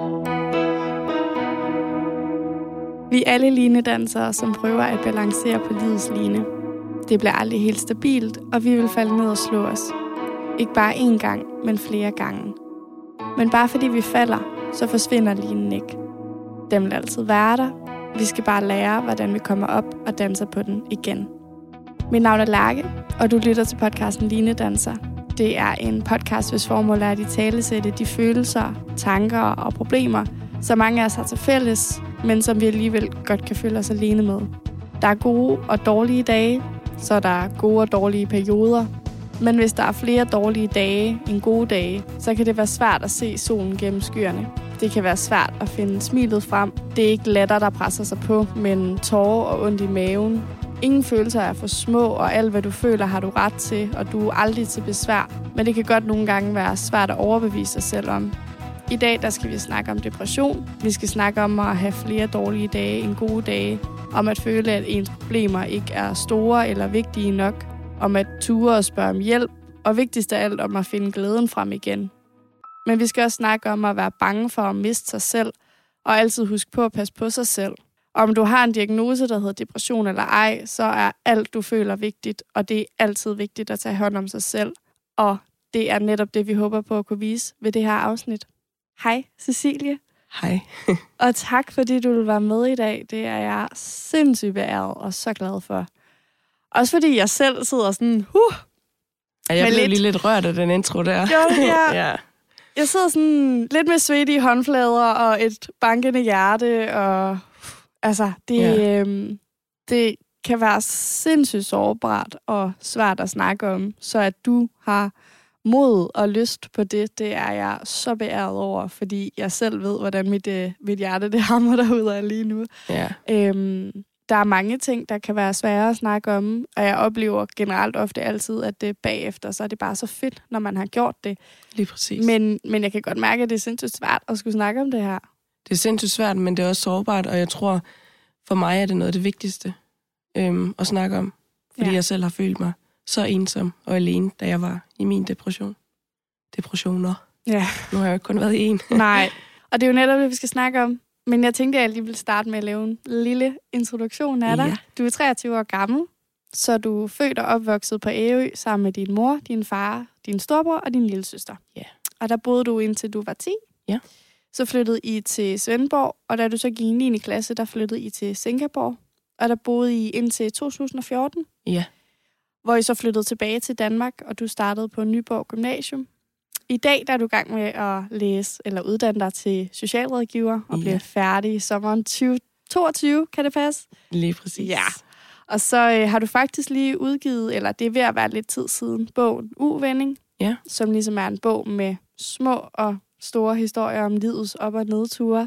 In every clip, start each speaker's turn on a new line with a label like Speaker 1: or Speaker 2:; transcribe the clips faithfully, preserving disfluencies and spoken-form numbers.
Speaker 1: Vi er alle linedansere, som prøver at balancere på livets line. Det bliver aldrig helt stabilt, og vi vil falde ned og slå os. Ikke bare én gang, men flere gange. Men bare fordi vi falder, så forsvinder linen ikke. Den vil altid være der. Vi skal bare lære, hvordan vi kommer op og danser på den igen. Mit navn er Lærke, og du lytter til podcasten Linedanser. Det er en podcast, hvis formål er at italesætte de følelser, tanker og problemer, som mange af os har til fælles, men som vi alligevel godt kan føle os alene med. Der er gode og dårlige dage, så der er gode og dårlige perioder. Men hvis der er flere dårlige dage end gode dage, så kan det være svært at se solen gennem skyerne. Det kan være svært at finde smilet frem. Det er ikke latter, der presser sig på, men tårer og ondt i maven. Ingen følelser er for små, og alt hvad du føler har du ret til, og du er aldrig til besvær. Men det kan godt nogle gange være svært at overbevise sig selv om. I dag der skal vi snakke om depression. Vi skal snakke om at have flere dårlige dage end gode dage. Om at føle, at ens problemer ikke er store eller vigtige nok. Om at ture og spørge om hjælp. Og vigtigst af alt om at finde glæden frem igen. Men vi skal også snakke om at være bange for at miste sig selv. Og altid huske på at passe på sig selv. Om du har en diagnose, der hedder depression eller ej, så er alt, du føler, vigtigt. Og det er altid vigtigt at tage hånd om sig selv. Og det er netop det, vi håber på at kunne vise ved det her afsnit. Hej, Cecilie.
Speaker 2: Hej.
Speaker 1: Og tak, fordi du vil være med i dag. Det er jeg sindssygt beæret og så glad for. Også fordi jeg selv sidder sådan, huh.
Speaker 2: Ja, jeg blev lidt... lige lidt rørt af den intro der.
Speaker 1: Jo, ja.
Speaker 2: Ja.
Speaker 1: Jeg sidder sådan lidt med svedige håndflader og et bankende hjerte. Og altså, det, ja. øhm, det kan være sindssygt sårbart og svært at snakke om. Så at du har mod og lyst på det, det er jeg så beæret over, fordi jeg selv ved, hvordan mit, øh, mit hjerte det hammer derude af lige nu.
Speaker 2: Ja.
Speaker 1: Øhm, der er mange ting, der kan være svære at snakke om, og jeg oplever generelt ofte altid, at det bagefter, så er det bare så fedt, når man har gjort det.
Speaker 2: Lige præcis.
Speaker 1: Men, men jeg kan godt mærke, at det er sindssygt svært at skulle snakke om det her.
Speaker 2: Det er sindssygt svært, men det er også sårbart, og jeg tror, for mig er det noget af det vigtigste øhm, at snakke om, fordi ja. jeg selv har følt mig så ensom og alene, da jeg var i min depression. Depressioner.
Speaker 1: Ja.
Speaker 2: Nu har jeg jo ikke kun været i en.
Speaker 1: Nej, og det er jo netop det, vi skal snakke om. Men jeg tænkte, at jeg lige ville starte med at lave en lille introduktion af dig.
Speaker 2: Ja.
Speaker 1: Du er treogtyve år gammel, så du er født og opvokset på Ærø sammen med din mor, din far, din storbror og din lillesøster.
Speaker 2: Ja.
Speaker 1: Og der boede du indtil du var ti.
Speaker 2: Ja.
Speaker 1: Så flyttede I til Svendborg, og da du så gik i niende klasse, der flyttede I til Singapore. Og der boede I indtil to tusind og fjorten.
Speaker 2: Ja.
Speaker 1: Hvor I så flyttede tilbage til Danmark, og du startede på Nyborg Gymnasium. I dag der er du i gang med at læse eller uddanne dig til socialrådgiver og
Speaker 2: ja.
Speaker 1: bliver færdig i sommeren tyve toogtyve, kan det passe?
Speaker 2: Lige præcis.
Speaker 1: Ja. Og så øh, har du faktisk lige udgivet, eller det er ved at være lidt tid siden, bogen U-vending,
Speaker 2: ja.
Speaker 1: som ligesom er en bog med små og store historier om livets op- og nedture,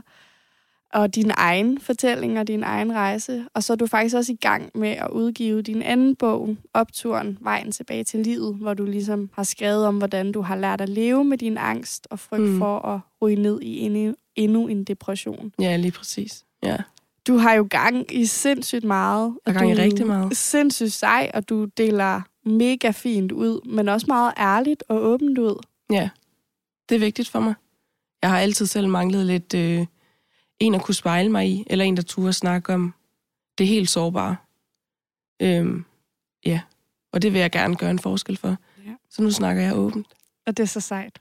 Speaker 1: og din egen fortælling og din egen rejse. Og så er du faktisk også i gang med at udgive din anden bog, Opturen, Vejen tilbage til livet, hvor du ligesom har skrevet om, hvordan du har lært at leve med din angst og frygt mm. for at ryge ned i endnu, endnu en depression.
Speaker 2: Ja, lige præcis. Ja.
Speaker 1: Du har jo gang i sindssygt meget.
Speaker 2: Og gang i rigtig meget.
Speaker 1: Du er sindssygt sej, og du deler mega fint ud, men også meget ærligt og åbent ud.
Speaker 2: Ja, det er vigtigt for mig. Jeg har altid selv manglet lidt... Øh en at kunne spejle mig i, eller en, der turde snakke om det helt sårbare. Øhm, ja, og det vil jeg gerne gøre en forskel for. Ja. Så nu snakker jeg åbent.
Speaker 1: Og det er så sejt.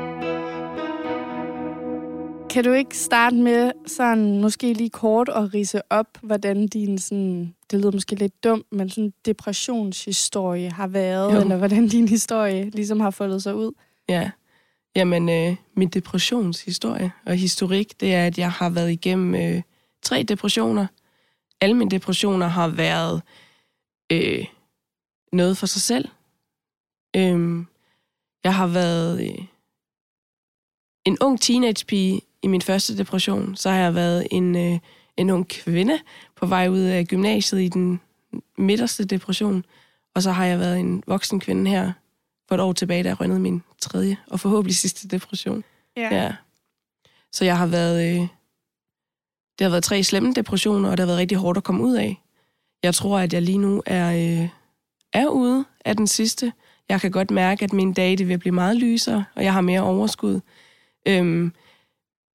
Speaker 1: Kan du ikke starte med sådan, måske lige kort at ridse op, hvordan din sådan, det lyder måske lidt dumt, men sådan depressionshistorie har været, jo. Eller hvordan din historie ligesom har foldet sig ud?
Speaker 2: Ja. Jamen, øh, min depressionshistorie og historik, det er, at jeg har været igennem øh, tre depressioner. Alle mine depressioner har været øh, noget for sig selv. Øh, jeg har været øh, en ung teenagepige i min første depression. Så har jeg været en, øh, en ung kvinde på vej ud af gymnasiet i den midterste depression. Og så har jeg været en voksen kvinde her for et år tilbage, da jeg rønnede min tredje og forhåbentlig sidste depression.
Speaker 1: Ja.
Speaker 2: Ja. Så jeg har været... Øh, det har været tre slemme depressioner, og det har været rigtig hårdt at komme ud af. Jeg tror, at jeg lige nu er, øh, er ude af den sidste. Jeg kan godt mærke, at mine dage de vil blive meget lysere, og jeg har mere overskud. Øhm,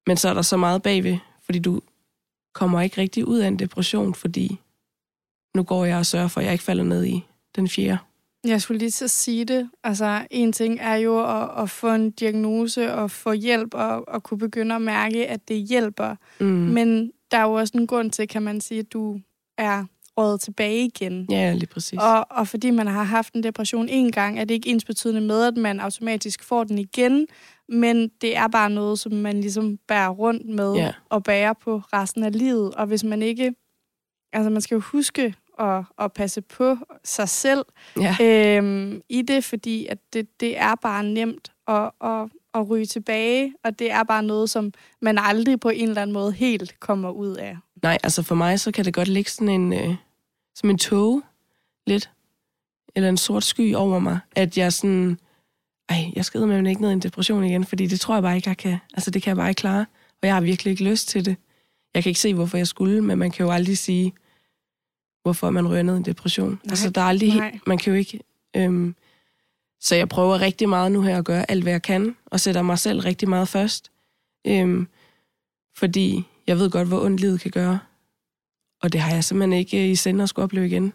Speaker 2: Men så er der så meget bagved, fordi du kommer ikke rigtig ud af en depression, fordi nu går jeg og sørger for, at jeg ikke falder ned i den fjerde.
Speaker 1: Jeg skulle lige så sige det. Altså, en ting er jo at, at få en diagnose og få hjælp og, og kunne begynde at mærke, at det hjælper. Mm. Men der er jo også en grund til, kan man sige, at du er røget tilbage igen.
Speaker 2: Ja, lige præcis.
Speaker 1: Og, og fordi man har haft en depression en gang, er det ikke ensbetydende med, at man automatisk får den igen, men det er bare noget, som man ligesom bærer rundt med ja. og bærer på resten af livet. Og hvis man ikke... Altså, man skal jo huske at, at passe på sig selv ja. øhm, i det, fordi at det, det er bare nemt at, at, at ryge tilbage, og det er bare noget, som man aldrig på en eller anden måde helt kommer ud af.
Speaker 2: Nej, altså for mig, så kan det godt ligge sådan en, øh, som en tåge, lidt, eller en sort sky over mig, at jeg sådan, ej, jeg skal med ikke ned i en depression igen, fordi det tror jeg bare ikke, jeg kan, altså det kan jeg bare ikke klare, og jeg har virkelig ikke lyst til det. Jeg kan ikke se, hvorfor jeg skulle, men man kan jo aldrig sige, hvorfor man ryger ned i en depression. Nej, altså, der er aldrig helt, man kan jo ikke... Øhm, så jeg prøver rigtig meget nu her at gøre alt, hvad jeg kan, og sætter mig selv rigtig meget først. Øhm, fordi jeg ved godt, hvor ondt livet kan gøre. Og det har jeg simpelthen ikke i sinde at skulle opleve igen.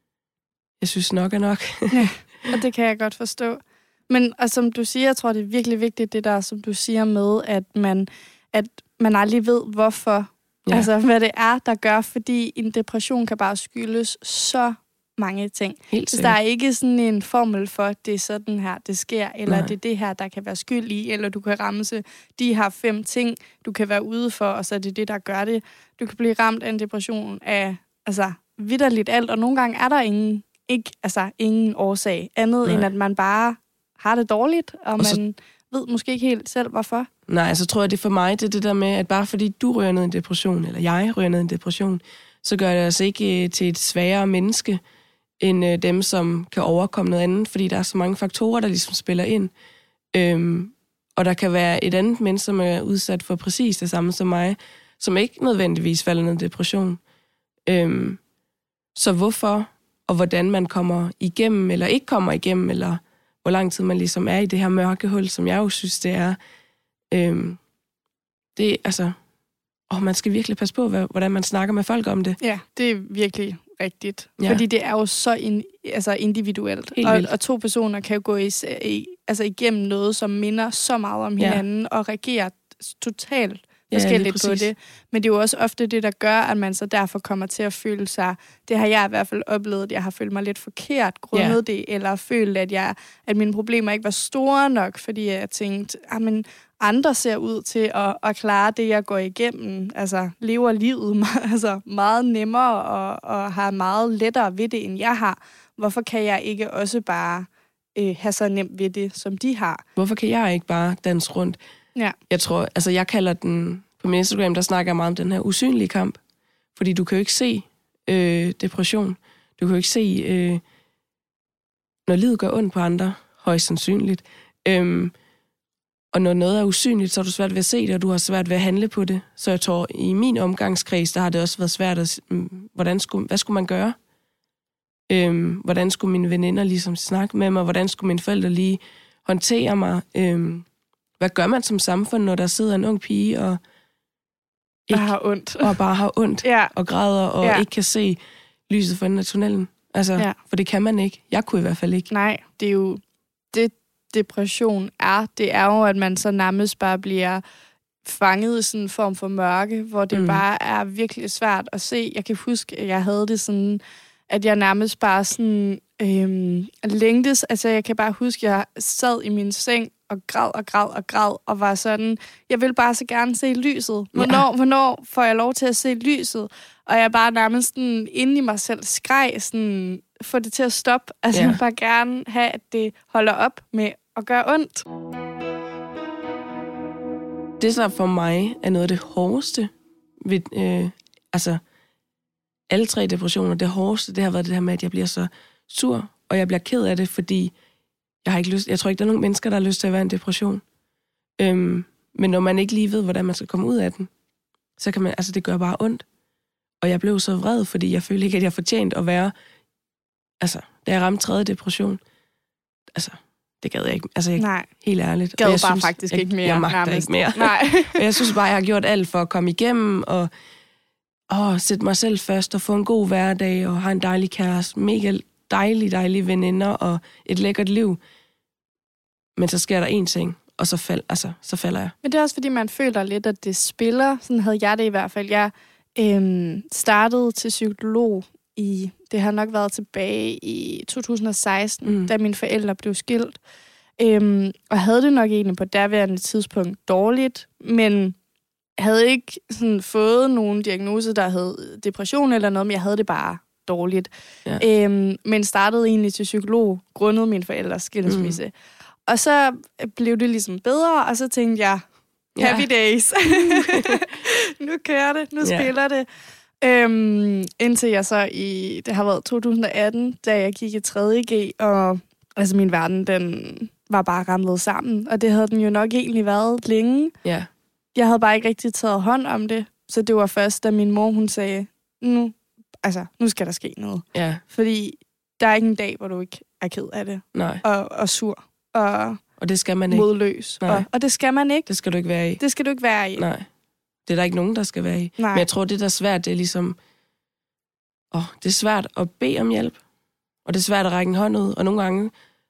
Speaker 2: Jeg synes nok er nok.
Speaker 1: Ja, og det kan jeg godt forstå. Men og som du siger, jeg tror, det er virkelig vigtigt, det der, som du siger med, at man, at man aldrig ved, hvorfor. Ja. Altså, hvad det er, der gør, fordi en depression kan bare skyldes så mange ting.
Speaker 2: Helt sikkert.
Speaker 1: Der er ikke sådan en formel for, at det er sådan her, det sker, eller Nej. det er det her, der kan være skyld i, eller du kan ramse de her fem ting, du kan være ude for, og så er det det, der gør det. Du kan blive ramt af en depression af altså, vitterligt alt, og nogle gange er der ingen, ikke, altså, ingen årsag, andet Nej. end at man bare har det dårligt, og, og man så... ved måske ikke helt selv, hvorfor.
Speaker 2: Nej, så tror jeg, det for mig, det er det der med, at bare fordi du ryger ned i en depression, eller jeg ryger ned i en depression, så gør det altså ikke til et sværere menneske, end dem, som kan overkomme noget andet, fordi der er så mange faktorer, der ligesom spiller ind. Øhm, og der kan være et andet menneske, som er udsat for præcis det samme som mig, som ikke nødvendigvis falder ned i depression. Øhm, så hvorfor og hvordan man kommer igennem, eller ikke kommer igennem, eller hvor lang tid man ligesom er i det her mørke hul, som jeg jo synes, det er. Øhm, det altså... Og man skal virkelig passe på, hvordan man snakker med folk om det.
Speaker 1: Ja, det er virkelig rigtigt. Ja. Fordi det er jo så in, altså individuelt. Og, og to personer kan jo gå i, i, altså igennem noget, som minder så meget om hinanden, ja. og reagerer totalt forskelligt ja, på det. Men det er jo også ofte det, der gør, at man så derfor kommer til at føle sig, det har jeg i hvert fald oplevet, jeg har følt mig lidt forkert grundet ja. det, eller følt, at, jeg, at mine problemer ikke var store nok, fordi jeg tænkte, men andre ser ud til at, at klare det, jeg går igennem, altså lever livet altså, meget nemmere og, og har meget lettere ved det, end jeg har. Hvorfor kan jeg ikke også bare øh, have så nemt ved det, som de har?
Speaker 2: Hvorfor kan jeg ikke bare danse rundt?
Speaker 1: Ja.
Speaker 2: Jeg tror, altså jeg kalder den, på min Instagram, der snakker jeg meget om den her usynlige kamp. Fordi du kan jo ikke se øh, depression. Du kan jo ikke se, øh, når livet gør ondt på andre, højst sandsynligt. Øhm, og når noget er usynligt, så er du svært ved at se det, og du har svært ved at handle på det. Så jeg tror, i min omgangskreds, der har det også været svært at, hvordan skulle, hvad skulle man gøre? Øhm, hvordan skulle mine veninder ligesom snakke med mig? Hvordan skulle mine forældre lige håndtere mig? Øhm, hvad gør man som samfund, når der sidder en ung pige og
Speaker 1: ikke, bare har ondt,
Speaker 2: og bare har ondt
Speaker 1: ja.
Speaker 2: og græder og ja. ikke kan se lyset for enden af tunnelen? Altså, ja. for det kan man ikke. Jeg kunne i hvert fald ikke.
Speaker 1: Nej, det er jo det, depression er. Det er jo, at man så nærmest bare bliver fanget i sådan en form for mørke, hvor det mm. bare er virkelig svært at se. Jeg kan huske, at jeg havde det sådan, at jeg nærmest bare sådan øhm, længtes. Altså, jeg kan bare huske, at jeg sad i min seng og græd og græd og græd, og var sådan, jeg vil bare så gerne se lyset. Hvornår, ja. hvornår får jeg lov til at se lyset? Og jeg bare nærmest sådan, inde i mig selv skreg, sådan, få det til at stoppe. Altså, ja. jeg vil bare gerne have, at det holder op med at gøre ondt.
Speaker 2: Det, der for mig er noget af det hårdeste ved, øh, altså, alle tre depressioner, det hårdeste, det har været det her med, at jeg bliver så sur, og jeg bliver ked af det, fordi jeg har ikke lyst, jeg tror ikke, der er nogen mennesker, der har lyst til at være i en depression. Øhm, men når man ikke lige ved, hvordan man skal komme ud af den, så kan man, altså det gør bare ondt. Og jeg blev så vred, fordi jeg følte ikke, at jeg fortjente at være, altså, da jeg ramte tredje depression, altså, det gad jeg ikke. Altså, jeg,
Speaker 1: Nej.
Speaker 2: Helt ærligt.
Speaker 1: Gad
Speaker 2: og jeg
Speaker 1: bare
Speaker 2: synes,
Speaker 1: faktisk
Speaker 2: jeg,
Speaker 1: ikke mere.
Speaker 2: Jeg magter
Speaker 1: nærmest.
Speaker 2: ikke mere.
Speaker 1: Nej.
Speaker 2: Og jeg synes bare, jeg har gjort alt for at komme igennem, og åh, sætte mig selv først, og få en god hverdag, og have en dejlig kæreste, mega dejlige, dejlige veninder, og et lækkert liv. Men så sker der én ting, og så, fald, altså, så falder jeg. Men
Speaker 1: det er også, fordi man føler lidt, at det spiller. Sådan havde jeg det i hvert fald. Jeg øhm, startede til psykolog i, det har nok været tilbage i to tusind og seksten, mm. da mine forældre blev skilt. Øhm, og havde det nok egentlig på derværende tidspunkt dårligt, men havde ikke sådan fået nogen diagnose, der hed depression eller noget, men jeg havde det bare dårligt. Ja. Øhm, men startede egentlig til psykolog, grundet mine forældres skilsmisse. Mm. Og så blev det ligesom bedre, og så tænkte jeg, happy ja. days. Nu kører det, nu ja. spiller det. Øhm, indtil jeg så i, det har været to tusind og atten, da jeg gik i tredje G, og altså min verden, den var bare ramlet sammen. Og det havde den jo nok egentlig været længe.
Speaker 2: Ja.
Speaker 1: Jeg havde bare ikke rigtig taget hånd om det. Så det var først, da min mor, hun sagde, nu, altså, nu skal der ske noget.
Speaker 2: Ja.
Speaker 1: Fordi der er ikke en dag, hvor du ikke er ked af det.
Speaker 2: Nej.
Speaker 1: Og, og sur. Og,
Speaker 2: og det skal man ikke.
Speaker 1: Modløs. Og, og det skal man ikke.
Speaker 2: Det skal du ikke være i.
Speaker 1: Det skal du ikke være i.
Speaker 2: Nej. Det er der ikke nogen, der skal være i.
Speaker 1: Nej.
Speaker 2: Men jeg tror, det der er svært, det er ligesom... Åh, det er svært at bede om hjælp. Og det er svært at række en hånd ud. Og nogle gange,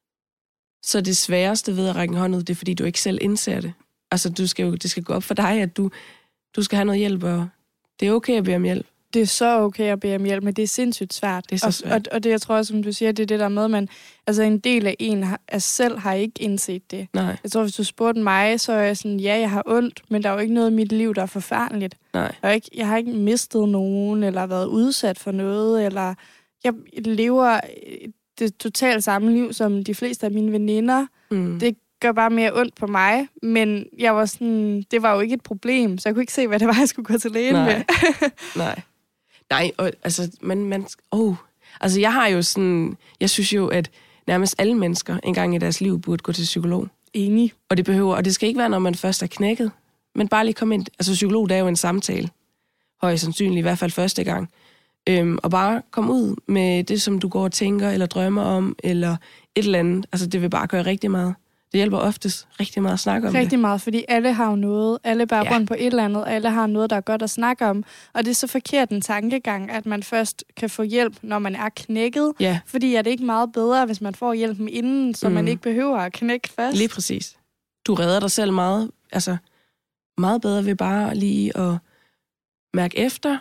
Speaker 2: så det sværeste ved at række en hånd ud, det er, fordi du ikke selv indser det. Altså, du skal jo, det skal gå op for dig, at du, du skal have noget hjælp, og det er okay at bede om hjælp. Det
Speaker 1: er så okay at bede om hjælp, men det er sindssygt svært.
Speaker 2: Det er så svært.
Speaker 1: Og, og, og det, jeg tror, som du siger, det er det der med, man, altså en del af en har, af selv har ikke indset det.
Speaker 2: Nej.
Speaker 1: Jeg tror, hvis du spurgte mig, så er jeg sådan, ja, jeg har ondt, men der er jo ikke noget i mit liv, der er forfærdeligt.
Speaker 2: Nej.
Speaker 1: Jeg har ikke, jeg har ikke mistet nogen, eller været udsat for noget, eller jeg lever det totalt samme liv, som de fleste af mine veninder. Mm. Det gør bare mere ondt på mig, men jeg var sådan, det var jo ikke et problem, så jeg kunne ikke se, hvad det var, jeg skulle gå til lægen
Speaker 2: Nej.
Speaker 1: med.
Speaker 2: Nej. Nej, og altså, man, man, oh, altså jeg har jo sådan, jeg synes jo, at nærmest alle mennesker engang i deres liv burde gå til psykolog.
Speaker 1: Enig.
Speaker 2: Og det behøver, og det skal ikke være, når man først er knækket, men bare lige komme ind, altså psykolog, det er jo en samtale, højst sandsynligt, i hvert fald første gang, øhm, og bare komme ud med det, som du går og tænker, eller drømmer om, eller et eller andet, altså det vil bare gøre rigtig meget. Det hjælper oftest rigtig meget at snakke om
Speaker 1: rigtig
Speaker 2: det.
Speaker 1: Rigtig meget, fordi alle har jo noget. Alle bærer
Speaker 2: ja.
Speaker 1: rundt på et eller andet. Alle har noget, der er godt at snakke om. Og det er så forkert en tankegang, at man først kan få hjælp, når man er knækket.
Speaker 2: Ja.
Speaker 1: Fordi er det ikke meget bedre, hvis man får hjælpen inden, så mm. man ikke behøver at knække først?
Speaker 2: Lige præcis. Du redder dig selv meget, altså meget bedre ved bare lige at mærke efter,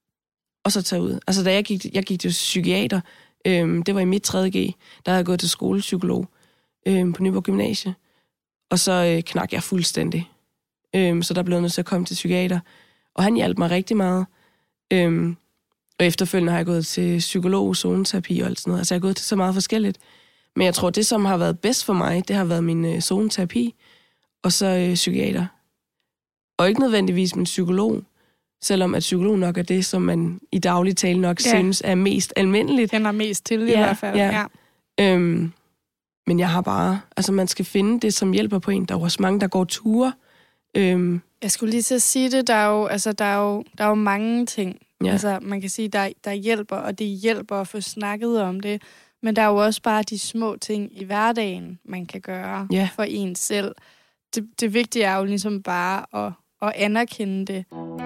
Speaker 2: og så tage ud. Altså da jeg gik, jeg gik til psykiater, øhm, det var i mit tredje G, der havde jeg gået til skolepsykolog. Øhm, på Nyborg Gymnasie. Og så øh, knak jeg fuldstændig. Øhm, så der blev jeg nødt til at komme til psykiater. Og han hjalp mig rigtig meget. Øhm, og efterfølgende har jeg gået til psykolog, zoneterapi og alt sådan noget. Altså jeg har gået til så meget forskelligt. Men jeg tror, det som har været bedst for mig, det har været min øh, zoneterapi. Og så øh, psykiater. Og ikke nødvendigvis min psykolog. Selvom at psykolog nok er det, som man i daglig tale nok ja. synes er mest almindeligt.
Speaker 1: Kender mest til i
Speaker 2: ja,
Speaker 1: hvert fald.
Speaker 2: Ja. Ja. Øhm, Men jeg har bare... Altså, man skal finde det, som hjælper på en. Der er jo også mange, der går ture. Øhm.
Speaker 1: Jeg skulle lige til at sige det. Der er jo, altså, der er jo, der er jo mange ting. Ja. Altså, man kan sige, der, der hjælper, og det hjælper at få snakket om det. Men der er jo også bare de små ting i hverdagen, man kan gøre
Speaker 2: ja.
Speaker 1: for en selv. Det, det vigtige er jo ligesom bare at, at anerkende det.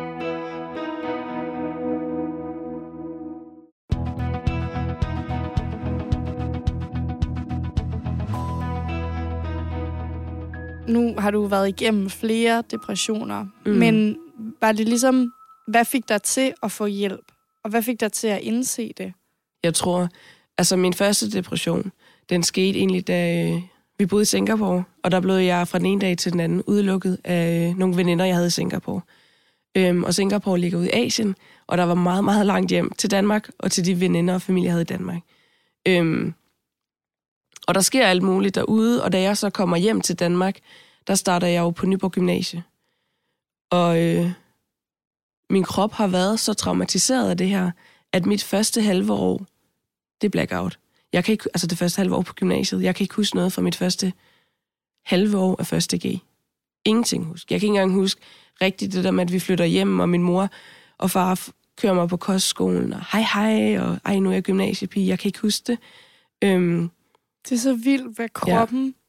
Speaker 1: Nu har du været igennem flere depressioner, mm. men var det ligesom, hvad fik dig til at få hjælp? Og hvad fik dig til at indse det?
Speaker 2: Jeg tror, altså min første depression, den skete egentlig, da øh, vi boede i Singapore, og der blev jeg fra den ene dag til den anden udelukket af øh, nogle veninder, jeg havde i Singapore. Øhm, og Singapore ligger ude i Asien, og der var meget, meget langt hjem til Danmark, og til de veninder og familie, jeg havde i Danmark. Øhm, Og der sker alt muligt derude, og da jeg så kommer hjem til Danmark, der starter jeg jo på Nyborg Gymnasie. Og øh, min krop har været så traumatiseret af det her, at mit første halve år, det er blackout. Jeg kan ikke, altså det første halve år på gymnasiet, jeg kan ikke huske noget fra mit første halve år af første G. Ingenting huske. Jeg kan ikke engang huske rigtigt det der med, at vi flytter hjem, og min mor og far kører mig på kostskolen, og hej hej, og ej, nu er jeg gymnasiepige, jeg kan ikke huske det. Øhm,
Speaker 1: Det er så vildt, hvad kroppen ja.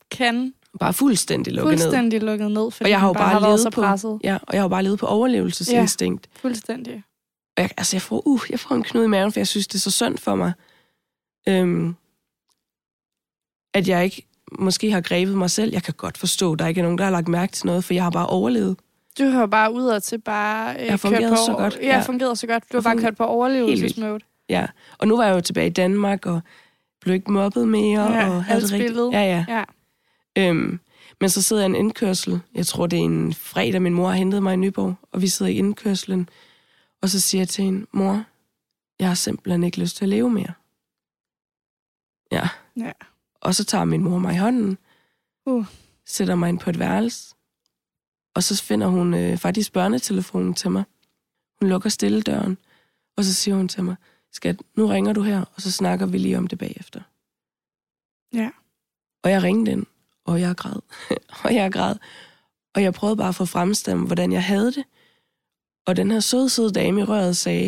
Speaker 1: kan...
Speaker 2: Bare fuldstændig lukket ned.
Speaker 1: Fuldstændig lukket ned, fordi
Speaker 2: og jeg har jo
Speaker 1: bare,
Speaker 2: bare
Speaker 1: har været så
Speaker 2: på,
Speaker 1: presset.
Speaker 2: Ja, og jeg har jo bare levet på overlevelsesinstinkt.
Speaker 1: Ja, fuldstændig.
Speaker 2: Og jeg, altså, jeg får, uh, jeg får en knude i maven, for jeg synes, det er så synd for mig, øhm, at jeg ikke måske har grebet mig selv. Jeg kan godt forstå, at der ikke er nogen, der har lagt mærke til noget, for jeg har bare overlevet.
Speaker 1: Du har bare udad til bare... Øh,
Speaker 2: jeg fungerede så godt.
Speaker 1: Ja, jeg fungerede så godt. Du har bare kørt på overlevelsesmode.
Speaker 2: Ja, og nu var jeg jo tilbage i Danmark, og blev ikke mobbet mere.
Speaker 1: Ja,
Speaker 2: og havde det
Speaker 1: spillet.
Speaker 2: Ja, ja.
Speaker 1: ja.
Speaker 2: Øhm, men så sidder jeg i en indkørsel. Jeg tror, det er en fredag, min mor har hentet mig i Nyborg, og vi sidder i indkørselen. Og så siger jeg til hende, mor, jeg har simpelthen ikke lyst til at leve mere. Ja.
Speaker 1: ja.
Speaker 2: Og så tager min mor mig i hånden,
Speaker 1: uh.
Speaker 2: sætter mig ind på et værelse, og så finder hun øh, faktisk børnetelefonen til mig. Hun lukker stille døren, og så siger hun til mig, skat, nu ringer du her, og så snakker vi lige om det bagefter.
Speaker 1: Ja.
Speaker 2: Og jeg ringede ind, og jeg græd, og jeg græd, og jeg prøvede bare at få fremstemt, hvordan jeg havde det. Og den her søde, søde dame i røret sagde,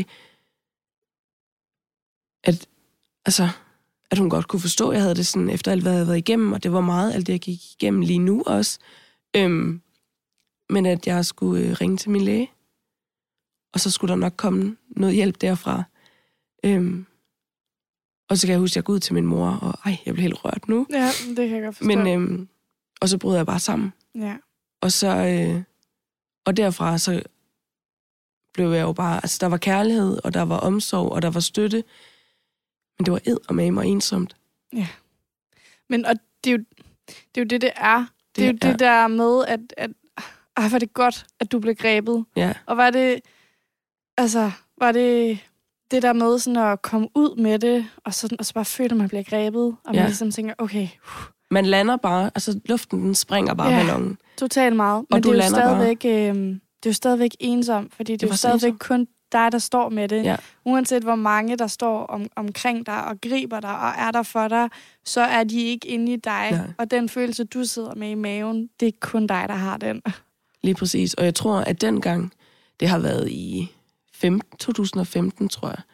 Speaker 2: at, altså, at hun godt kunne forstå, at jeg havde det sådan, efter alt, hvad jeg havde været igennem, og det var meget alt det, jeg gik igennem lige nu også. Øhm, men at jeg skulle øh, ringe til min læge, og så skulle der nok komme noget hjælp derfra. Øhm, og så kan jeg huske, at jeg går ud til min mor, og ej, jeg blev helt rørt nu.
Speaker 1: Ja, det kan jeg godt forstå.
Speaker 2: Men, øhm, og så brød jeg bare sammen.
Speaker 1: Ja.
Speaker 2: Og så, øh, og derfra, så blev jeg jo bare, altså der var kærlighed, og der var omsorg, og der var støtte, men det var eddermame og ensomt.
Speaker 1: Ja. Men og det er jo det, er jo det, det er. Det, det er jo
Speaker 2: ja.
Speaker 1: det der med, at, at ej, var det godt, at du blev grebet.
Speaker 2: Ja.
Speaker 1: Og var det, altså, var det det der med sådan at komme ud med det, og, sådan, og så bare føle, at man bliver grebet, og man
Speaker 2: ja.
Speaker 1: ligesom tænker, okay. Uh.
Speaker 2: Man lander bare, altså luften, den springer bare
Speaker 1: ja,
Speaker 2: ballongen.
Speaker 1: Totalt meget. Men
Speaker 2: og du
Speaker 1: det er jo
Speaker 2: lander
Speaker 1: stadigvæk, øh, det er jo stadigvæk ensomt, fordi det, det er jo stadigvæk ensom. Kun dig, der står med det.
Speaker 2: Ja.
Speaker 1: Uanset hvor mange, der står om, omkring dig og griber dig og er der for dig, så er de ikke inde i dig. Ja. Og den følelse, du sidder med i maven, det er kun dig, der har den.
Speaker 2: Lige præcis. Og jeg tror, at dengang, det har været i femten, to tusind og femten, tror jeg.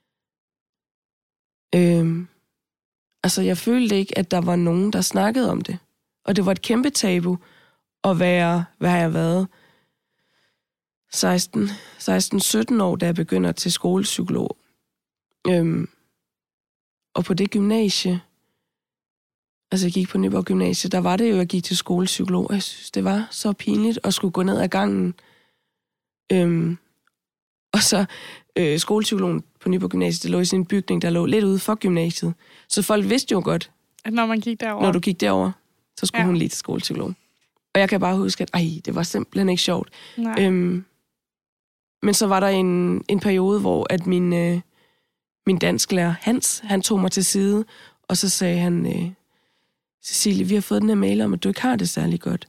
Speaker 2: Øhm, altså, jeg følte ikke, at der var nogen, der snakkede om det. Og det var et kæmpe tabu at være, hvad har jeg været, seksten sytten år, da jeg begynder til skolepsykolog. Øhm, og på det gymnasie, altså jeg gik på Nyborg Gymnasie, der var det jo, at jeg gik til skolepsykolog, og jeg synes, det var så pinligt at skulle gå ned ad gangen. Øhm, og så øh, skolepsykologen på Nyborg Gymnasie, det lå i sin bygning, der lå lidt ude for gymnasiet. Så folk vidste jo godt,
Speaker 1: at når man gik derover,
Speaker 2: når du gik derover, så skulle ja. hun lige til skolepsykolog. Og jeg kan bare huske, at ej, det var simpelthen ikke sjovt. Øhm, men så var der en, en periode, hvor at min, øh, min dansklærer, Hans, han tog mig til side, og så sagde han, øh, Cecilie, vi har fået den her mail om, at du ikke har det særlig godt.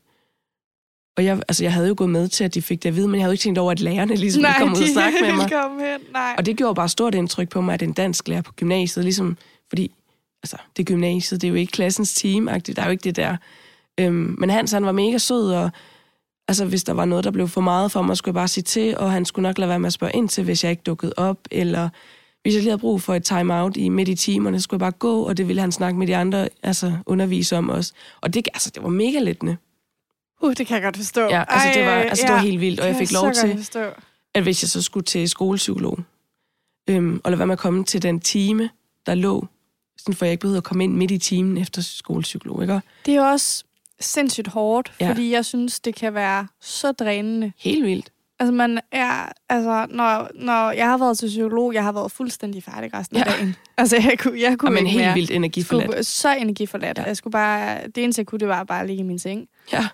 Speaker 2: Og jeg, altså, jeg havde jo gået med til, at de fik det at vide, men jeg havde jo ikke tænkt over, at lærerne ligesom
Speaker 1: Nej,
Speaker 2: ville komme ud og snakke med mig.
Speaker 1: Hen. Nej.
Speaker 2: Og det gjorde bare stort indtryk på mig, at en dansklærer på gymnasiet, ligesom, fordi altså, det er gymnasiet, det er jo ikke klassens team-agtigt, der er jo ikke det der. Øhm, men Hans, han var mega sød, og altså, hvis der var noget, der blev for meget for mig, skulle jeg bare sige til, og han skulle nok lade være med at spørge ind til, hvis jeg ikke dukkede op, eller hvis jeg lige havde brug for et time-out i midt i timerne, så skulle jeg bare gå, og det ville han snakke med de andre, altså undervise om også. Og det, altså, det var mega lettende.
Speaker 1: Uh, det kan jeg godt forstå.
Speaker 2: Ja, altså, det var, altså,
Speaker 1: ja,
Speaker 2: det var helt vildt, og jeg fik lov til,
Speaker 1: forstå.
Speaker 2: at hvis jeg så skulle til skolepsykolog, øhm, og lade være med at komme til den time, der lå, sådan for jeg ikke behøvede at komme ind midt i timen efter skolepsykolog, ikke?
Speaker 1: Det er jo også sindssygt hårdt,
Speaker 2: ja.
Speaker 1: fordi jeg synes, det kan være så drænende.
Speaker 2: Helt vildt.
Speaker 1: Altså, man er, altså, når, når jeg har været til psykolog, jeg har været fuldstændig færdig resten af ja. dagen. Altså, jeg kunne, jeg kunne
Speaker 2: Jamen,
Speaker 1: ikke
Speaker 2: helt
Speaker 1: mere.
Speaker 2: vildt energiforladt.
Speaker 1: Så energiforladt. Ja. Jeg skulle bare, det eneste, jeg kunne, det var bare at ligge i min seng.
Speaker 2: Ja.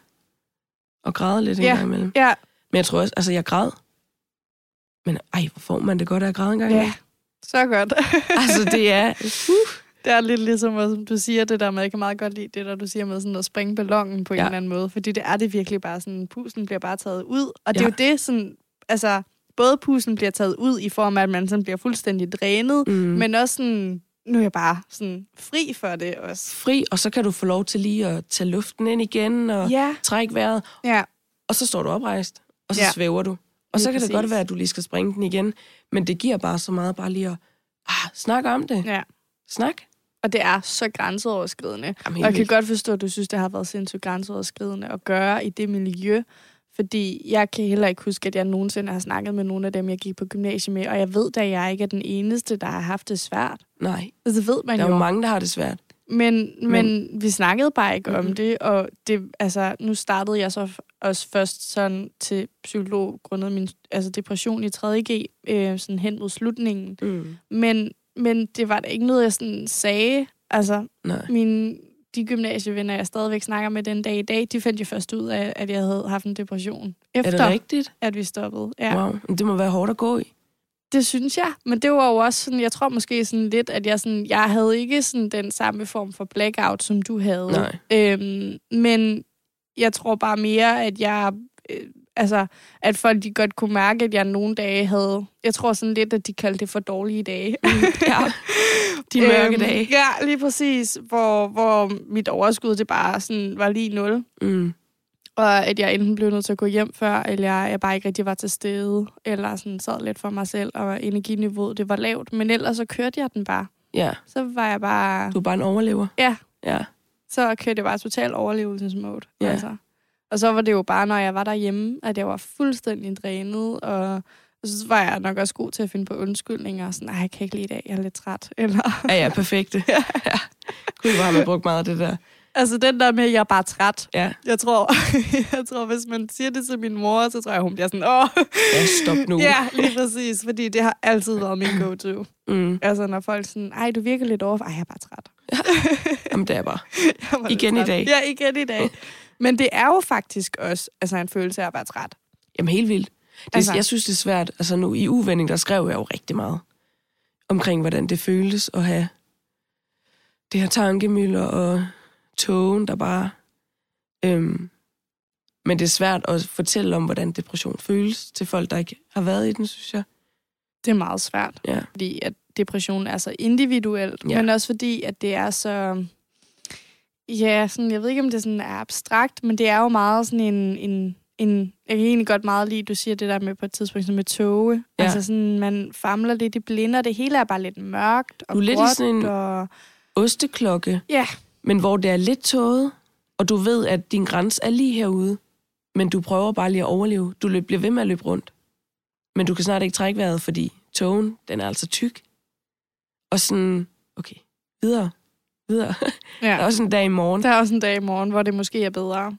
Speaker 2: Og græde lidt en
Speaker 1: ja.
Speaker 2: gang imellem.
Speaker 1: Ja.
Speaker 2: Men jeg tror også, altså, jeg græd. Men ej, hvor får man det godt af at græde en gang
Speaker 1: ja.
Speaker 2: imellem?
Speaker 1: Så godt.
Speaker 2: Altså, det er... Uh.
Speaker 1: Det er lidt ligesom, som du siger, det der med, jeg kan meget godt lide det, der du siger med sådan at springe ballongen på ja. en eller anden måde. Fordi det er det virkelig bare sådan, pusen bliver bare taget ud. Og det ja. er jo det sådan, altså, både pusen bliver taget ud i form af, at man sådan bliver fuldstændig drænet, mm. men også sådan, nu er jeg bare sådan fri for det også.
Speaker 2: Fri, og så kan du få lov til lige at tage luften ind igen, og
Speaker 1: ja.
Speaker 2: trække vejret.
Speaker 1: Ja.
Speaker 2: Og så står du oprejst, og så ja. svæver du. Og så kan
Speaker 1: præcis.
Speaker 2: det godt være, at du lige skal springe den igen. Men det giver bare så meget bare lige at ah, snakke om det.
Speaker 1: Ja.
Speaker 2: Snak.
Speaker 1: Og det er så grænseoverskridende. Jamen, og jeg kan godt forstå, at du synes, det har været sindssygt grænseoverskridende at gøre i det miljø. Fordi jeg kan heller ikke huske, at jeg nogensinde har snakket med nogle af dem, jeg gik på gymnasiet med. Og jeg ved da, jeg ikke er den eneste, der har haft det svært.
Speaker 2: Nej.
Speaker 1: Det ved man
Speaker 2: der er
Speaker 1: jo.
Speaker 2: jo mange, der har det svært.
Speaker 1: Men, men, men vi snakkede bare ikke mm-hmm. om det. Og det, altså, nu startede jeg så også først sådan til psykolog grundet min altså depression i tredje G, øh, sådan hen mod slutningen. Mm. Men, men det var da ikke noget, jeg sådan sagde. Altså,
Speaker 2: Nej.
Speaker 1: Mine, de gymnasievenner, jeg stadigvæk snakker med den dag i dag, de fandt jo først ud af, at jeg havde haft en depression. Efter,
Speaker 2: er det rigtigt?
Speaker 1: At vi stoppede. Ja.
Speaker 2: Wow, det må være hårdt at gå i.
Speaker 1: Det synes jeg, men det var jo også sådan, jeg tror måske sådan lidt, at jeg sådan, jeg havde ikke sådan den samme form for blackout, som du havde.
Speaker 2: Nej.
Speaker 1: Øhm, men jeg tror bare mere, at jeg, øh, altså, at folk de godt kunne mærke, at jeg nogle dage havde, jeg tror sådan lidt, at de kaldte det for dårlige dage.
Speaker 2: Mm, ja, de mørke dage.
Speaker 1: Øhm, ja, lige præcis, hvor, hvor mit overskud, det bare sådan var lige nul.
Speaker 2: Mm.
Speaker 1: Og at jeg enten blev nødt til at gå hjem før, eller jeg bare ikke rigtig var til stede, eller sådan sad lidt for mig selv, og energiniveauet, det var lavt. Men ellers så kørte jeg den bare.
Speaker 2: Ja.
Speaker 1: Så var jeg bare...
Speaker 2: Du er bare en overlever.
Speaker 1: Ja.
Speaker 2: Ja.
Speaker 1: Så kørte jeg bare total overlevelsesmode.
Speaker 2: Ja.
Speaker 1: Altså. Og så var det jo bare, når jeg var derhjemme, at jeg var fuldstændig drænet, og så var jeg nok også god til at finde på undskyldninger. Sådan, nej, jeg kan ikke lide i dag, jeg er lidt træt. Eller...
Speaker 2: Ja, ja, perfekt. Ja. Gud, hvor har man brugt meget af det der.
Speaker 1: Altså den der med, at jeg er bare træt.
Speaker 2: Ja.
Speaker 1: Jeg tror, jeg tror, hvis man siger det til min mor, så tror jeg, hun bliver sådan, åh.
Speaker 2: Ja, stop nu.
Speaker 1: Ja, lige præcis, fordi det har altid været min go-to. Mm. Altså når folk sådan, ej, du virker lidt over, ej, jeg er bare træt.
Speaker 2: Ja. Jamen, det er bare.
Speaker 1: er
Speaker 2: igen i dag.
Speaker 1: Ja, igen i dag. Men det er jo faktisk også altså, en følelse af at være træt.
Speaker 2: Jamen, helt vildt. Det, altså, jeg synes, det er svært. Altså nu i uvending, der skrev jeg jo rigtig meget omkring, hvordan det føles at have det her tankemylder og togen, der bare... Øhm, men det er svært at fortælle om, hvordan depression føles til folk, der ikke har været i den, synes jeg.
Speaker 1: Det er meget svært,
Speaker 2: ja.
Speaker 1: Fordi at depression er så individuelt, ja. Men også fordi, at det er så... Ja, sådan, jeg ved ikke, om det sådan er abstrakt, men det er jo meget sådan en... en En, jeg kan egentlig godt meget lide, du siger det der med på et tidspunkt sådan med toge. Ja. Altså sådan, man famler lidt i blinde, og det hele er bare lidt mørkt og
Speaker 2: du er lidt
Speaker 1: gråt,
Speaker 2: i sådan en
Speaker 1: og...
Speaker 2: osteklokke,
Speaker 1: ja.
Speaker 2: Men hvor det er lidt tåget, og du ved, at din grænse er lige herude, men du prøver bare lige at overleve. Du bliver ved med at løbe rundt, men du kan snart ikke trække vejret, fordi togen, den er altså tyk. Og sådan, okay, videre, videre. Ja. Der er også en dag i morgen.
Speaker 1: Der er også en dag i morgen, hvor det måske er bedre.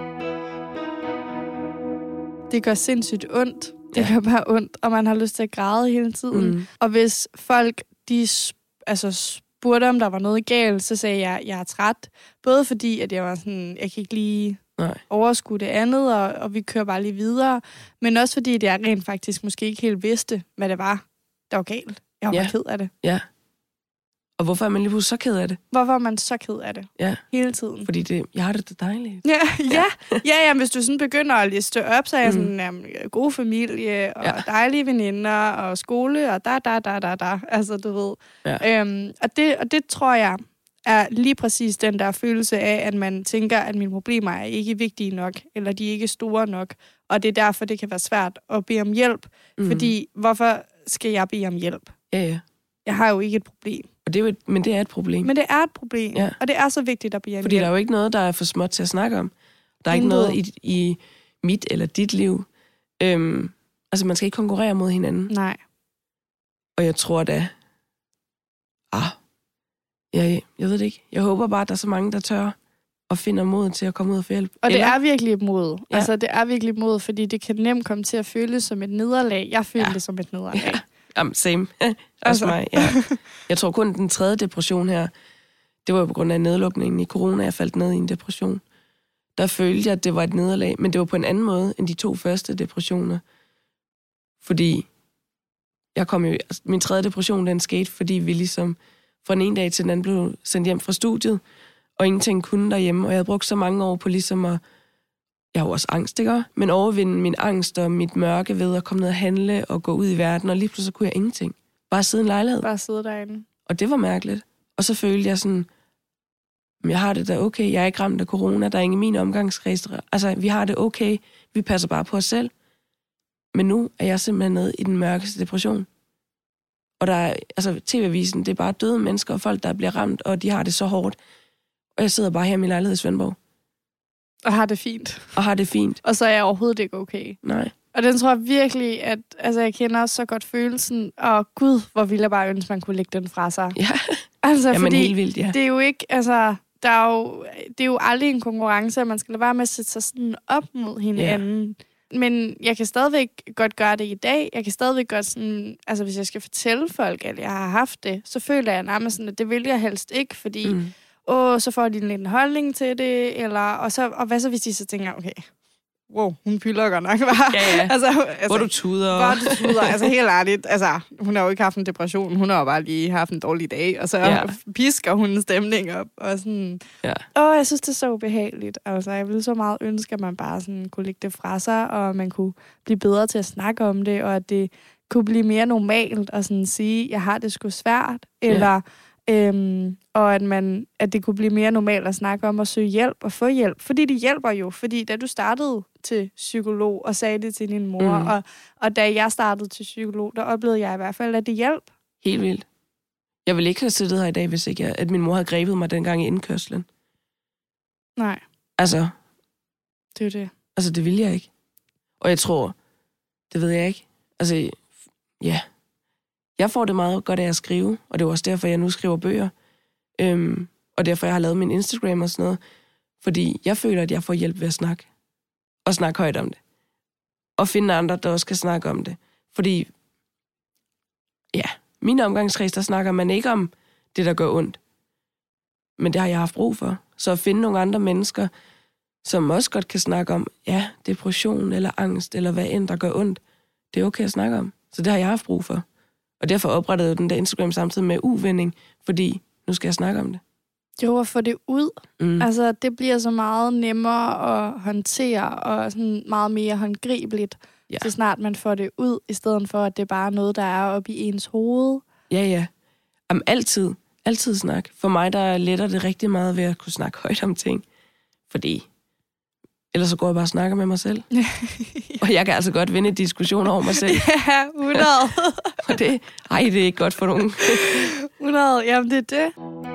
Speaker 1: Det gør sindssygt ondt. Det ja. gør bare ondt, og man har lyst til at græde hele tiden. Mm. Og hvis folk, de altså, spurgte, om der var noget galt, så sagde jeg, at jeg er træt. Både fordi, at jeg var sådan, jeg kan ikke lige Nej. overskue det andet, og, og vi kører bare lige videre. Men også fordi, at jeg rent faktisk måske ikke helt vidste, hvad det var, der var galt. Jeg var ja. bare ked af det.
Speaker 2: Ja. Og hvorfor er man lige pludselig så ked af det?
Speaker 1: Hvorfor er man så ked af det?
Speaker 2: Ja.
Speaker 1: Hele tiden.
Speaker 2: Fordi det, jeg har det dejligt.
Speaker 1: Ja, ja. ja, ja hvis du sådan begynder at liste op, så er jeg sådan, mm. jamen, god familie, og ja. dejlige veninder, og skole, og da, da, da, da, da. Altså, du ved. Ja. Øhm, og, det, og det tror jeg er lige præcis den der følelse af, at man tænker, at mine problemer er ikke vigtige nok, eller de er ikke store nok. Og det er derfor, det kan være svært at bede om hjælp. Mm. Fordi, hvorfor skal jeg bede om hjælp?
Speaker 2: Ja, ja.
Speaker 1: Jeg har jo ikke et problem.
Speaker 2: Og det er jo et, men det er et problem.
Speaker 1: Men det er et problem, ja. Og det er så vigtigt at blive en
Speaker 2: Fordi
Speaker 1: hjælp.
Speaker 2: der er jo ikke noget, der er for småt til at snakke om. Der er Intet. ikke noget i, i mit eller dit liv. Øhm, altså, man skal ikke konkurrere mod hinanden.
Speaker 1: Nej.
Speaker 2: Og jeg tror da... Ah, jeg, jeg ved det ikke. Jeg håber bare, at der er så mange, der tør og finder mod til at komme ud og få hjælp.
Speaker 1: Og eller? Det er virkelig et mod. Ja. Altså, det er virkelig et mod, fordi det kan nemt komme til at føles som et nederlag. Jeg føler ja. det som et nederlag. Ja.
Speaker 2: Um, same. Også altså. mig, ja. Jeg tror kun, den tredje depression her, det var jo på grund af nedlukningen i corona, jeg faldt ned i en depression. Der følte jeg, at det var et nederlag, men det var på en anden måde end de to første depressioner. Fordi jeg kom jo, altså, min tredje depression, den skete, fordi vi ligesom fra den ene dag til den anden blev sendt hjem fra studiet, og ingenting kunne derhjemme, og jeg havde brugt så mange år på ligesom at, jeg har jo også angst, ikke? Men overvinde min angst og mit mørke ved at komme ned og handle og gå ud i verden, og lige pludselig kunne jeg ingenting. Bare sidde i en lejlighed.
Speaker 1: Bare sidde derinde.
Speaker 2: Og det var mærkeligt. Og så følte jeg sådan, jeg har det da okay, jeg er ikke ramt af corona, der er ingen i min omgangskreds. Altså, vi har det okay, vi passer bare på os selv. Men nu er jeg simpelthen nede i den mørkeste depression. Og der er, altså T V-avisen, det er bare døde mennesker og folk, der bliver ramt, og de har det så hårdt. Og jeg sidder bare her i min lejlighed i Svendborg.
Speaker 1: Og har det fint.
Speaker 2: Og har det fint.
Speaker 1: Og så er jeg overhovedet ikke okay.
Speaker 2: Nej.
Speaker 1: Og den tror jeg virkelig, at altså, jeg kender også så godt følelsen, og gud, hvor ville jeg bare ønske, man kunne lægge den fra sig.
Speaker 2: Ja,
Speaker 1: altså,
Speaker 2: jamen
Speaker 1: fordi
Speaker 2: helt vildt, ja.
Speaker 1: Det er jo ikke, altså, der er jo, det er jo aldrig en konkurrence, at man skal lade være med at sætte sig sådan op mod hinanden. Ja. Men jeg kan stadigvæk godt gøre det i dag. Jeg kan stadigvæk godt sådan, altså hvis jeg skal fortælle folk, at jeg har haft det, så føler jeg nærmest sådan, at det vil jeg helst ikke, fordi mm. åh, så får de en lille holdning til det, eller, og, så, og hvad så hvis de så tænker, okay, wow, hun pylder godt nok, var.
Speaker 2: Ja, ja.
Speaker 1: Altså, altså,
Speaker 2: hvor du tuder.
Speaker 1: Hvor du tuder. Altså helt ærligt. Altså, hun har jo ikke haft en depression. Hun har jo bare lige haft en dårlig dag. Og så ja. pisker hun en stemning op. Og sådan,
Speaker 2: ja.
Speaker 1: åh, jeg synes, det er så ubehageligt. Altså, jeg ville så meget ønske, at man bare sådan kunne lægge det fra sig, og man kunne blive bedre til at snakke om det, og at det kunne blive mere normalt at sådan sige, jeg har det sgu svært. Eller... Ja. Øhm, og at, man, at det kunne blive mere normalt at snakke om at søge hjælp og få hjælp. Fordi det hjælper jo. Fordi da du startede til psykolog og sagde det til din mor, mm. og, og da jeg startede til psykolog, der oplevede jeg i hvert fald, at det hjalp.
Speaker 2: Helt vildt. Jeg ville ikke have siddet her i dag, hvis ikke jeg, at min mor havde grebet mig dengang i indkørslen.
Speaker 1: Nej.
Speaker 2: Altså.
Speaker 1: Det er jo det.
Speaker 2: Altså, det ville jeg ikke. Og jeg tror, det ved jeg ikke. Altså, ja. Jeg får det meget godt af at skrive, og det er også derfor, jeg nu skriver bøger. Øhm, og derfor, jeg har lavet min Instagram og sådan noget. Fordi jeg føler, at jeg får hjælp ved at snakke. Og snakke højt om det. Og finde andre, der også kan snakke om det. Fordi, ja, mine omgangskreds, der snakker man ikke om det, der gør ondt. Men det har jeg haft brug for. Så at finde nogle andre mennesker, som også godt kan snakke om, ja, depression eller angst, eller hvad end, der gør ondt, det er okay at snakke om. Så det har jeg haft brug for. Og derfor oprettede jeg den der Instagram samtidig med uvending, fordi nu skal jeg snakke om det.
Speaker 1: Jo, at få det ud. Mm. Altså, det bliver så meget nemmere at håndtere, og sådan meget mere håndgribeligt, ja. Så snart man får det ud, i stedet for, at det er bare noget, der er oppe i ens hoved.
Speaker 2: Ja, ja. Jamen, altid. Altid snak. For mig, der letter det rigtig meget ved at kunne snakke højt om ting. Fordi ellers så går jeg bare og snakker med mig selv. Ja. Og jeg kan altså godt vinde diskussioner over mig selv.
Speaker 1: Ja, hundrede.
Speaker 2: Og det, ej, det er ikke godt for nogen.
Speaker 1: hundrede, jamen det er det.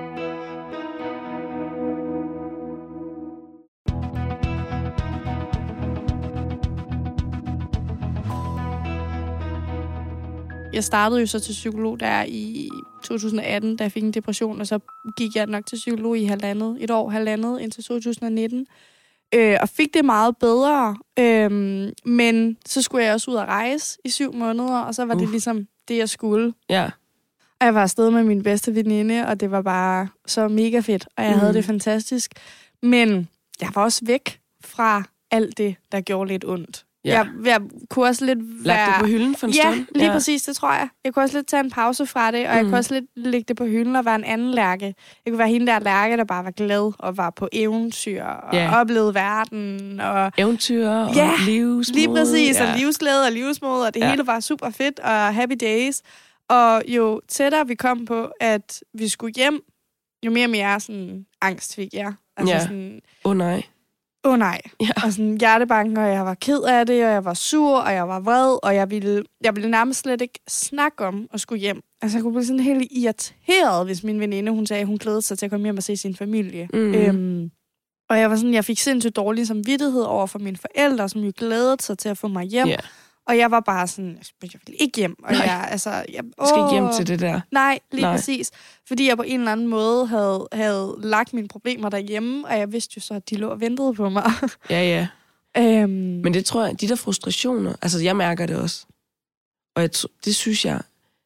Speaker 1: Jeg startede jo så til psykolog der i to tusind atten, da jeg fik en depression, og så gik jeg nok til psykolog i halvandet, et år halvandet, indtil to tusind nitten. Øh, og fik det meget bedre. Øh, men så skulle jeg også ud og rejse i syv måneder, og så var uh. det ligesom det, jeg skulle.
Speaker 2: Ja.
Speaker 1: Og jeg var afsted med min bedste veninde, og det var bare så mega fedt, og jeg mm. havde det fantastisk. Men jeg var også væk fra alt det, der gjorde lidt ondt. Ja. Jeg, jeg kunne også lidt være...
Speaker 2: Lagt det på hylden for en
Speaker 1: ja,
Speaker 2: stund?
Speaker 1: Lige ja, lige præcis, det tror jeg. Jeg kunne også lidt tage en pause fra det, og mm. jeg kunne også lidt lægge det på hylden og være en anden Lærke. Jeg kunne være hende der Lærke, der bare var glad og var på eventyr og ja. oplevede verden. Og
Speaker 2: eventyr og
Speaker 1: ja,
Speaker 2: livsmod.
Speaker 1: Lige præcis, ja.
Speaker 2: og
Speaker 1: livsglæde og livsmod, og det ja. hele var super fedt og happy days. Og jo tættere vi kom på, at vi skulle hjem, jo mere og mere sådan angst fik jeg. Altså
Speaker 2: ja.
Speaker 1: sådan...
Speaker 2: Åh oh, nej.
Speaker 1: Åh oh, nej. Ja. Og sådan hjertebanken, og jeg var ked af det, og jeg var sur, og jeg var vred, og jeg ville, jeg ville nærmest slet ikke snakke om at skulle hjem. Altså, jeg kunne blive sådan helt irriteret, hvis min veninde, hun sagde, hun glædede sig til at komme hjem og se sin familie. Mm. Øhm, og jeg var sådan, jeg fik sindssygt dårlig samvittighed over for mine forældre, som jo glædede sig til at få mig hjem. Yeah. Og jeg var bare sådan, jeg vil ikke hjem. Og
Speaker 2: nej.
Speaker 1: jeg, altså, jeg,
Speaker 2: jeg skal ikke hjem til det der.
Speaker 1: Nej, lige nej. præcis. Fordi jeg på en eller anden måde havde, havde lagt mine problemer derhjemme, og jeg vidste jo så, at de lå og ventede på mig.
Speaker 2: Ja, ja.
Speaker 1: øhm,
Speaker 2: Men det tror jeg, de der frustrationer, altså jeg mærker det også. Og jeg, det synes jeg,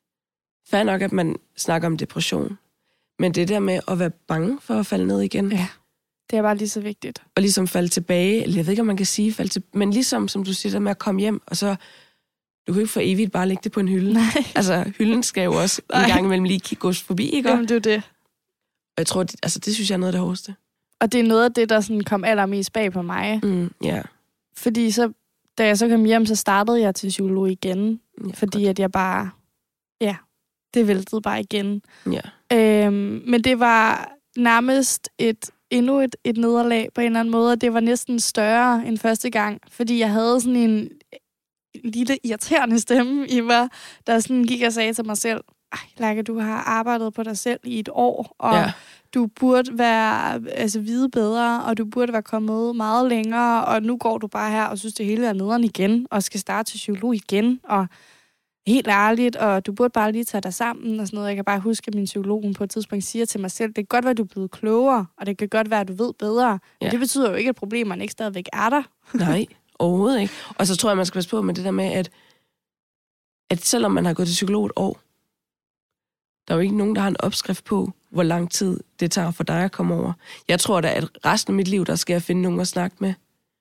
Speaker 2: fair nok, at man snakker om depression. Men det der med at være bange for at falde ned igen.
Speaker 1: Ja, det er bare lige så vigtigt.
Speaker 2: Og ligesom falde tilbage, eller jeg ved ikke, om man kan sige falde tilbage, men ligesom, som du siger, der med at komme hjem, og så, du kan ikke for evigt bare lægge det på en hylde. Nej. Altså, hylden skal jo også Nej. en gang imellem lige gås forbi, ikke?
Speaker 1: Jamen, det er det.
Speaker 2: Og jeg tror, det, altså, det synes jeg er noget af det hårdeste.
Speaker 1: Og det er noget af det, der sådan kom allermest bag på mig.
Speaker 2: Mm, yeah.
Speaker 1: Fordi så, da jeg så kom hjem, så startede jeg til psykolog igen. Ja, fordi godt. At jeg bare, ja, det væltede bare igen.
Speaker 2: Ja.
Speaker 1: Øhm, men det var nærmest et endnu et, et nederlag på en eller anden måde, og det var næsten større end første gang, fordi jeg havde sådan en, en lille irriterende stemme i mig, der sådan gik og sagde til mig selv, ej, Lærke, du har arbejdet på dig selv i et år, og
Speaker 2: ja.
Speaker 1: du burde være, altså, vide bedre, og du burde være kommet meget længere, og nu går du bare her og synes, det hele er nederen igen, og skal starte til psykolog igen, og helt ærligt, og du burde bare lige tage dig sammen og sådan noget. Jeg kan bare huske, at min psykolog på et tidspunkt siger til mig selv, det kan godt være, at du er blevet klogere, og det kan godt være, at du ved bedre, men ja. Det betyder jo ikke, at problemerne ikke stadigvæk er der.
Speaker 2: Nej, overhovedet ikke. Og så tror jeg, man skal passe på med det der med, at, at selvom man har gået til psykolog et år, der er jo ikke nogen, der har en opskrift på, hvor lang tid det tager for dig at komme over. Jeg tror da, at resten af mit liv, der skal jeg finde nogen at snakke med.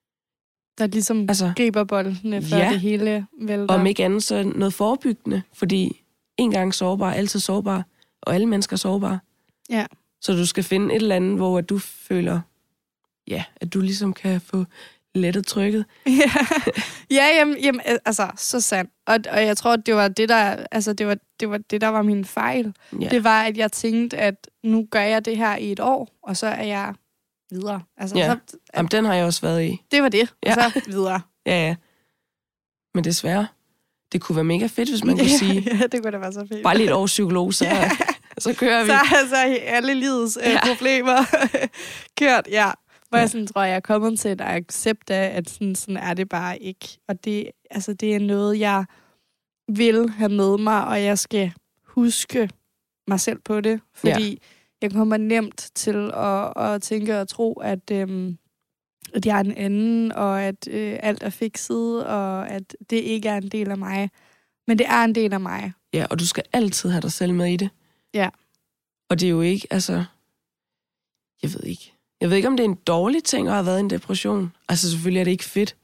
Speaker 1: Der ligesom altså, griber boldene, før ja, det hele vælter.
Speaker 2: Om ikke andet, så noget forebyggende. Fordi en gang sårbar, altid sårbar. Og alle mennesker er sårbare.
Speaker 1: Ja.
Speaker 2: Så du skal finde et eller andet, hvor du føler, ja, at du ligesom kan få lettet trykket.
Speaker 1: Ja, ja jamen, jamen, altså, så sandt. Og, og jeg tror, det var det, der, altså, det var, det var det, der var min fejl. Ja. Det var, at jeg tænkte, at nu gør jeg det her i et år, og så er jeg videre. Altså,
Speaker 2: ja.
Speaker 1: så, at,
Speaker 2: jamen, den har jeg også været i.
Speaker 1: Det var det,
Speaker 2: ja.
Speaker 1: Og så videre.
Speaker 2: Ja, ja. Men desværre, det kunne være mega fedt, hvis man kunne
Speaker 1: ja,
Speaker 2: sige,
Speaker 1: ja, det kunne da være så fedt.
Speaker 2: Bare lige et års psykolog, så, ja. så kører vi.
Speaker 1: Så altså alle livets øh, ja. problemer kørt, ja. Hvor ja. jeg sådan, tror, jeg er kommet til et accept af, at sådan, sådan er det bare ikke. Og det, altså, det er noget, jeg vil have med mig, og jeg skal huske mig selv på det. Fordi ja. jeg kommer nemt til at, at tænke og tro, at, øhm, at jeg er en anden, og at øh, alt er fikset, og at det ikke er en del af mig. Men det er en del af mig.
Speaker 2: Ja, og du skal altid have dig selv med i det.
Speaker 1: Ja.
Speaker 2: Og det er jo ikke, altså... Jeg ved ikke. Jeg ved ikke, om det er en dårlig ting at have været i en depression. Altså, selvfølgelig er det ikke fedt.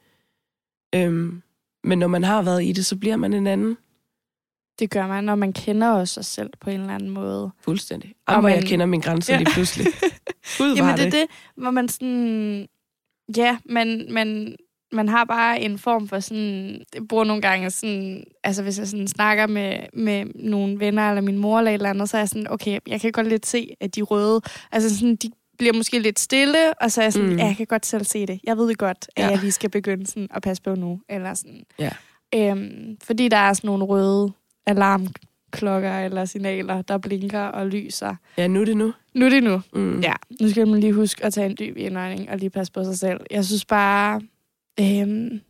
Speaker 2: Øhm, men når man har været i det, så bliver man en anden.
Speaker 1: Det gør man, når man kender også sig selv på en eller anden måde.
Speaker 2: Fuldstændig. Og, og man... jeg kender mine grænser ja. lige pludselig. Gud,
Speaker 1: Jamen, det er det, hvor man sådan... Ja, man, man, man har bare en form for sådan... Jeg bruger nogle gange sådan... Altså, hvis jeg sådan snakker med, med nogle venner eller min mor eller et eller andet, så er jeg sådan, okay, jeg kan godt lidt se, at de røde... Altså, sådan, de bliver måske lidt stille, og så er jeg sådan, mm. ja, jeg kan godt selv se det. Jeg ved det godt, at ja. jeg lige skal begynde sådan at passe på nu. Eller sådan.
Speaker 2: Ja.
Speaker 1: Øhm, fordi der er sådan nogle røde alarmklokker eller signaler, der blinker og lyser.
Speaker 2: Ja, nu er det nu.
Speaker 1: Nu er det nu.
Speaker 2: Mm.
Speaker 1: Ja, nu skal man lige huske at tage en dyb indånding og lige passe på sig selv. Jeg synes bare... Øhm,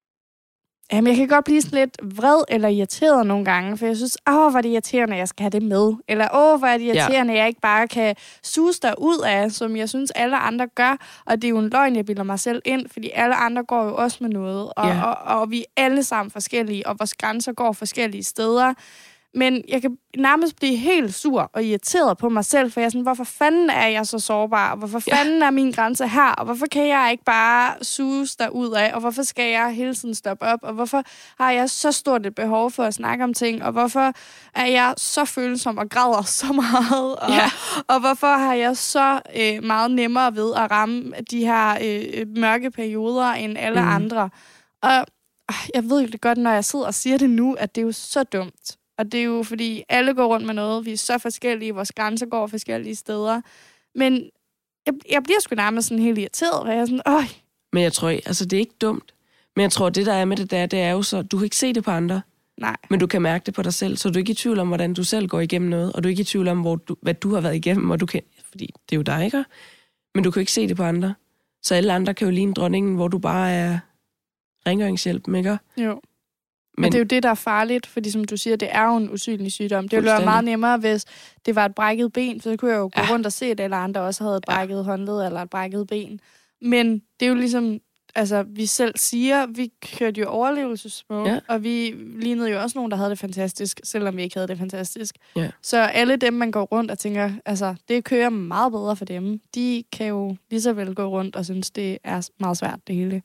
Speaker 1: Jamen, jeg kan godt blive sådan lidt vred eller irriteret nogle gange, for jeg synes, åh, hvor er det irriterende, at jeg skal have det med. Eller, åh, hvor er det irriterende, at jeg ikke bare kan suse der ud af, som jeg synes, alle andre gør. Og det er jo en løgn, jeg bilder mig selv ind, fordi alle andre går jo også med noget. Og,
Speaker 2: ja.
Speaker 1: og, og, og vi er alle sammen forskellige, og vores grænser går forskellige steder. Men jeg kan nærmest blive helt sur og irriteret på mig selv, for jeg er sådan, hvorfor fanden er jeg så sårbar? Og hvorfor fanden ja. er min grænse her? Og hvorfor kan jeg ikke bare suse derud af? Og hvorfor skal jeg hele tiden stoppe op? Og hvorfor har jeg så stort et behov for at snakke om ting? Og hvorfor er jeg så følsom og græder så meget? Og,
Speaker 2: ja.
Speaker 1: og hvorfor har jeg så øh, meget nemmere ved at ramme de her øh, mørke perioder end alle mm. andre? Og øh, jeg ved jo det godt, når jeg sidder og siger det nu, at det er jo så dumt. Og det er jo, fordi alle går rundt med noget. Vi er så forskellige. Vores grænser går forskellige steder. Men jeg, jeg bliver sgu nærmest sådan helt irriteret, og jeg er sådan, øj.
Speaker 2: Men jeg tror, altså det er ikke dumt. Men jeg tror, det der er med det der, det er jo så, du kan ikke se det på andre.
Speaker 1: Nej.
Speaker 2: Men du kan mærke det på dig selv, så du er ikke i tvivl om, hvordan du selv går igennem noget. Og du er ikke i tvivl om, hvor du, hvad du har været igennem, og du kan, fordi det er jo dig, ikke? Men du kan ikke se det på andre. Så alle andre kan jo ligne dronningen, hvor du bare er rengøringshjælp, ikke?
Speaker 1: Jo. Men, Men det er jo det, der er farligt, fordi som du siger, det er jo en usynlig sygdom. Det ville være meget nemmere, hvis det var et brækket ben, så kunne jeg jo gå ja. rundt og se, at alle andre også havde et brækket ja. håndled eller et brækket ben. Men det er jo ligesom, altså vi selv siger, vi kørte jo overlevelsesmål, ja. og vi lignede jo også nogen, der havde det fantastisk, selvom vi ikke havde det fantastisk.
Speaker 2: Ja.
Speaker 1: Så alle dem, man går rundt og tænker, altså det kører meget bedre for dem, de kan jo lige så vel gå rundt og synes, det er meget svært det hele.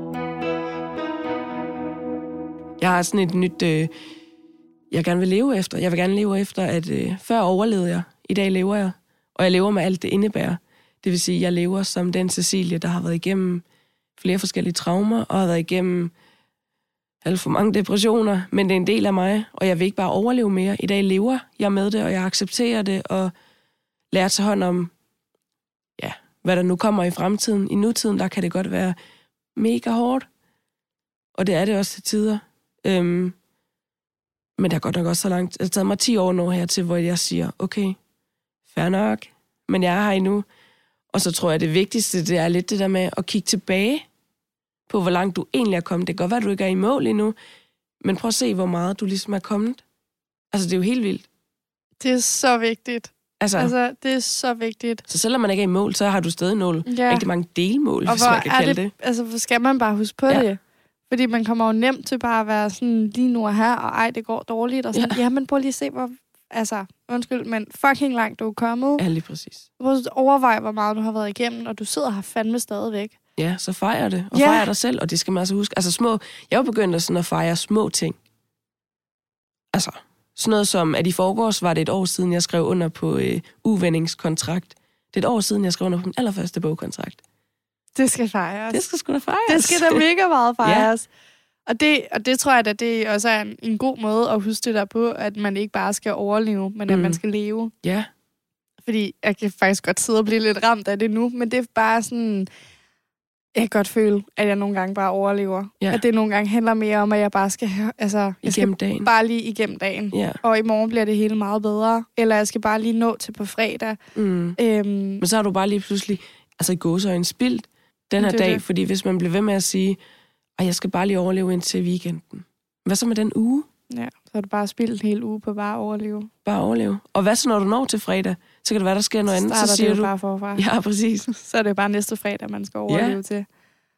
Speaker 2: Jeg har sådan et nyt, øh, jeg gerne vil leve efter. Jeg vil gerne leve efter, at øh, før overlevede jeg, i dag lever jeg. Og jeg lever med alt det indebærer. Det vil sige, at jeg lever som den Cecilie, der har været igennem flere forskellige traumer, og har været igennem alt for mange depressioner. Men det er en del af mig, og jeg vil ikke bare overleve mere. I dag lever jeg med det, og jeg accepterer det, og lærer at tage hånd om, ja, hvad der nu kommer i fremtiden. I nutiden, der kan det godt være mega hårdt. Og det er det også til tider. Øhm, Men det har godt nok også så langt. Det har taget mig ti år nu her til, hvor jeg siger, okay, fair nok, men jeg er her endnu. Og så tror jeg, det vigtigste, det er lidt det der med at kigge tilbage på, hvor langt du egentlig er kommet. Det kan godt være, at du ikke er i mål endnu, men prøv at se, hvor meget du ligesom er kommet. Altså, det er jo helt vildt.
Speaker 1: Det er så vigtigt.
Speaker 2: Altså,
Speaker 1: altså det er så vigtigt.
Speaker 2: Så selvom man ikke er i mål, så har du stadig nogle ja. rigtig mange delmål,
Speaker 1: og
Speaker 2: hvis man kan kalde det, det.
Speaker 1: Altså, hvor skal man bare huske på ja. det? Fordi man kommer jo nemt til bare at være sådan lige nu og her, og ej, det går dårligt, og sådan, ja, ja men prøv lige at se, hvor, altså, undskyld, men fucking langt du er kommet.
Speaker 2: Ja, lige præcis.
Speaker 1: Prøv at overveje, hvor meget du har været igennem, og du sidder her fandme stadigvæk.
Speaker 2: Ja, så fejrer det, og
Speaker 1: ja.
Speaker 2: fejrer dig selv, og det skal man altså huske. Altså små, jeg var begyndt at, sådan at fejre små ting. Altså, sådan noget som, at i forgårs var det et år siden, jeg skrev under på øh, uvendingskontrakt. Det er et år siden, jeg skrev under på min allerførste bogkontrakt.
Speaker 1: Det skal fejres.
Speaker 2: Det skal sgu da fejres.
Speaker 1: Det skal da mega meget fejres. Ja. Og, det, og det tror jeg, at det også er en, en god måde at huske det der på, at man ikke bare skal overleve, men at mm. man skal leve.
Speaker 2: Ja.
Speaker 1: Fordi jeg kan faktisk godt sidde og blive lidt ramt af det nu, men det er bare sådan, jeg kan godt føle, at jeg nogle gange bare overlever. Ja. At det nogle gange handler mere om, at jeg bare skal, altså, jeg
Speaker 2: igennem
Speaker 1: skal
Speaker 2: dagen.
Speaker 1: bare lige igennem dagen.
Speaker 2: Ja.
Speaker 1: Og i morgen bliver det hele meget bedre. Eller jeg skal bare lige nå til på fredag.
Speaker 2: Mm.
Speaker 1: Øhm,
Speaker 2: men så har du bare lige pludselig, altså i gåseøjne, spildt den her dag, det. Fordi hvis man bliver ved med at sige, at jeg skal bare lige overleve indtil weekenden. Hvad så med den uge?
Speaker 1: Ja, så har du bare spildt en hel uge på bare at overleve.
Speaker 2: Bare overleve. Og hvad så, når du når til fredag? Så kan det være, der sker noget andet. Så siger
Speaker 1: det
Speaker 2: du
Speaker 1: bare forfra.
Speaker 2: Ja, præcis.
Speaker 1: Så er det bare næste fredag, man skal overleve ja. til.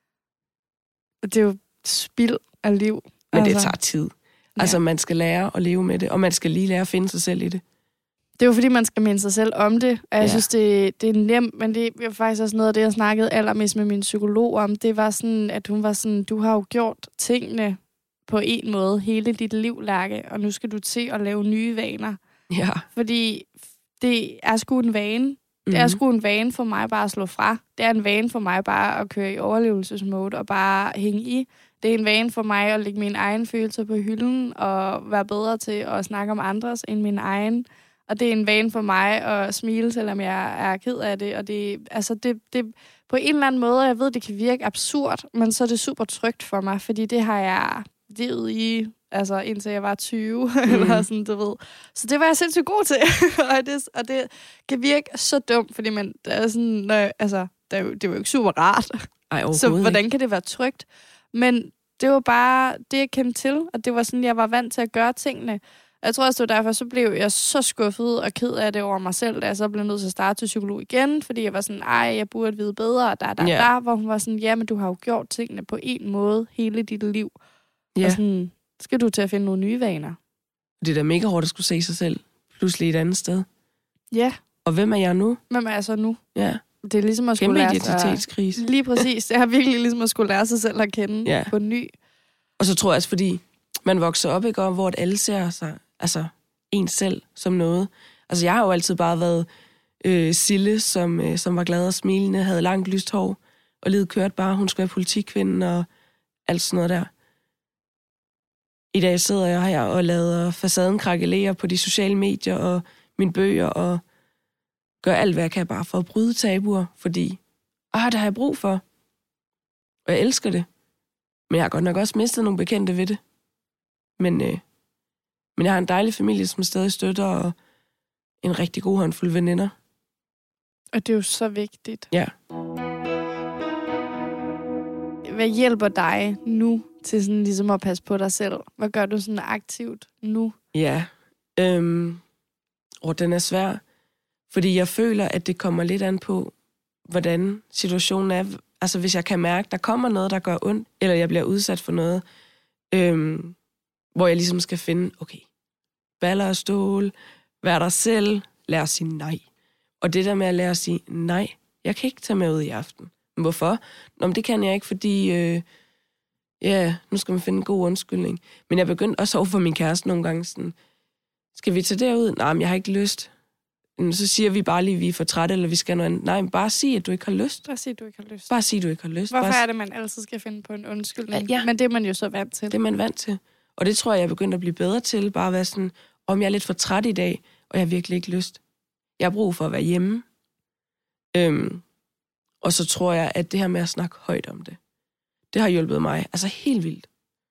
Speaker 1: Og det er jo spild af liv.
Speaker 2: Men altså. Det tager tid. Altså, ja. man skal lære at leve med det, og man skal lige lære at finde sig selv i det.
Speaker 1: Det er jo fordi, man skal minde sig selv om det, og jeg ja. synes, det, det er nemt, men det er faktisk også noget af det, jeg snakkede allermest med min psykolog om. Det var sådan, at hun var sådan, du har jo gjort tingene på en måde hele dit liv, Lærke, og nu skal du til at lave nye vaner.
Speaker 2: Ja.
Speaker 1: Fordi det er sgu en vane. Mm-hmm. Det er sgu en vane for mig bare at slå fra. Det er en vane for mig bare at køre i overlevelsesmode og bare hænge i. Det er en vane for mig at lægge mine egne følelser på hylden og være bedre til at snakke om andres end min egen. Og det er en vane for mig at smile, selvom jeg er ked af det. Og det, altså det, det på en eller anden måde, jeg ved, det kan virke absurd, men så er det super trygt for mig, fordi det har jeg levet i, altså indtil jeg var tyve, mm. eller sådan, du ved. Så det var jeg sindssygt god til. og, det, og det kan virke så dumt, fordi man, det er sådan, nøj, altså, det er, jo, det er jo ikke super rart.
Speaker 2: Ej,
Speaker 1: så hvordan kan det være trygt? Men det var bare det, jeg kendte til, og det var sådan, jeg var vant til at gøre tingene. Jeg tror også, det var derfor, så blev jeg så skuffet og ked af det over mig selv, da jeg så blev nødt til at starte til psykolog igen, fordi jeg var sådan, ej, jeg burde vide bedre, og der, der, yeah. der, hvor hun var sådan, ja, men du har jo gjort tingene på en måde hele dit liv. Yeah. Og sådan, skal du til at finde nogle nye vaner.
Speaker 2: Det er da mega hårdt at skulle se sig selv pludselig et andet sted.
Speaker 1: Ja. Yeah.
Speaker 2: Og hvem er jeg nu?
Speaker 1: Hvem er jeg så nu?
Speaker 2: Ja. Yeah.
Speaker 1: Det er ligesom at skulle
Speaker 2: Kæmpe
Speaker 1: lære
Speaker 2: identitetskrise.
Speaker 1: Lige præcis. Det har virkelig ligesom at skulle lære sig selv at kende yeah. på ny.
Speaker 2: Og så tror jeg også, fordi man vokser op, ikke, og hvor alle ser sig, altså en selv som noget. Altså jeg har jo altid bare været øh, Sille, som, øh, som var glad og smilende, havde langt lyst hår, og livet kørte bare, hun skulle være politikvinde og alt sådan noget der. I dag sidder jeg her og lader facaden krakelere på de sociale medier og mine bøger, og gør alt, hvad jeg kan bare for at bryde tabuer, fordi ah, det har jeg brug for. Og jeg elsker det. Men jeg har godt nok også mistet nogle bekendte ved det. Men, øh, men jeg har en dejlig familie, som stadig støtter, og en rigtig god håndfuld veninder.
Speaker 1: Og det er jo så vigtigt.
Speaker 2: Ja.
Speaker 1: Hvad hjælper dig nu til sådan ligesom at passe på dig selv? Hvad gør du sådan aktivt nu?
Speaker 2: Ja, øhm, og den er svær, fordi jeg føler, at det kommer lidt an på, hvordan situationen er. Altså hvis jeg kan mærke, der kommer noget, der gør ondt, eller jeg bliver udsat for noget, øhm, hvor jeg ligesom skal finde, okay, baller og stål, vær dig selv, lær at sige nej. Og det der med at lære at sige nej, jeg kan ikke tage med ud i aften. Men hvorfor? Nå, men det kan jeg ikke, fordi øh, ja, nu skal man finde en god undskyldning. Men jeg begyndte også over for min kæreste nogle gange sådan, skal vi tage derud? Nej, men jeg har ikke lyst. Så siger vi bare lige, at vi er for trætte, eller vi skal noget andet. Nej, men bare sig, at du ikke har lyst.
Speaker 1: Bare sig, at du ikke har lyst.
Speaker 2: Bare sig, at du ikke har lyst.
Speaker 1: Hvorfor
Speaker 2: bare...
Speaker 1: er det, man altid skal finde på en undskyldning?
Speaker 2: Ja.
Speaker 1: Men det er man jo så vant til.
Speaker 2: Det er man vant til. Og det tror jeg, jeg er begyndt at blive bedre til. Bare at være sådan, om jeg er lidt for træt i dag, og jeg har virkelig ikke lyst. Jeg har brug for at være hjemme. Øhm, og så tror jeg, at det her med at snakke højt om det, det har hjulpet mig. Altså helt vildt.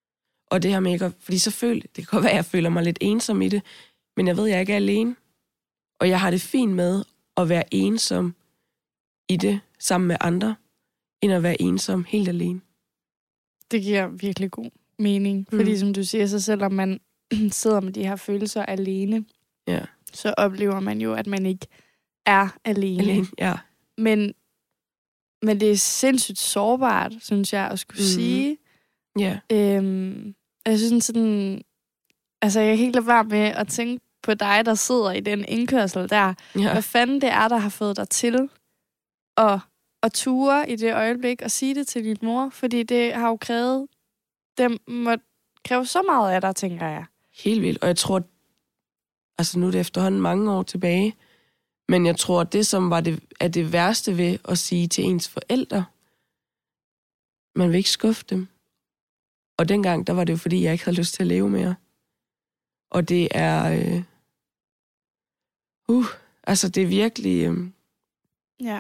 Speaker 2: Og det her med ikke at, fordi så føler, det kan godt være, at jeg føler mig lidt ensom i det, men jeg ved, at jeg ikke er alene. Og jeg har det fint med at være ensom i det sammen med andre, end at være ensom helt alene.
Speaker 1: Det giver virkelig god mening. Mm. Fordi som du siger, så selvom man sidder med de her følelser alene,
Speaker 2: ja.
Speaker 1: så oplever man jo, at man ikke er alene.
Speaker 2: alene ja.
Speaker 1: Men, men det er sindssygt sårbart, synes jeg, at skulle mm. sige.
Speaker 2: Ja.
Speaker 1: Øhm, jeg synes sådan... Altså, jeg kan ikke lade være med at tænke på dig, der sidder i den indkørsel der. Ja. Hvad fanden det er, der har fået dig til at, at ture i det øjeblik og sige det til din mor? Fordi det har jo krævet... Det må kræve så meget af dig, tænker jeg.
Speaker 2: Helt vildt. Og jeg tror... Altså, nu er det efterhånden mange år tilbage. Men jeg tror, at det, som var det, er det værste ved at sige til ens forældre, man vil ikke skuffe dem. Og dengang, der var det jo, fordi jeg ikke havde lyst til at leve mere. Og det er... Øh, uh, altså, det er virkelig... Øh,
Speaker 1: ja.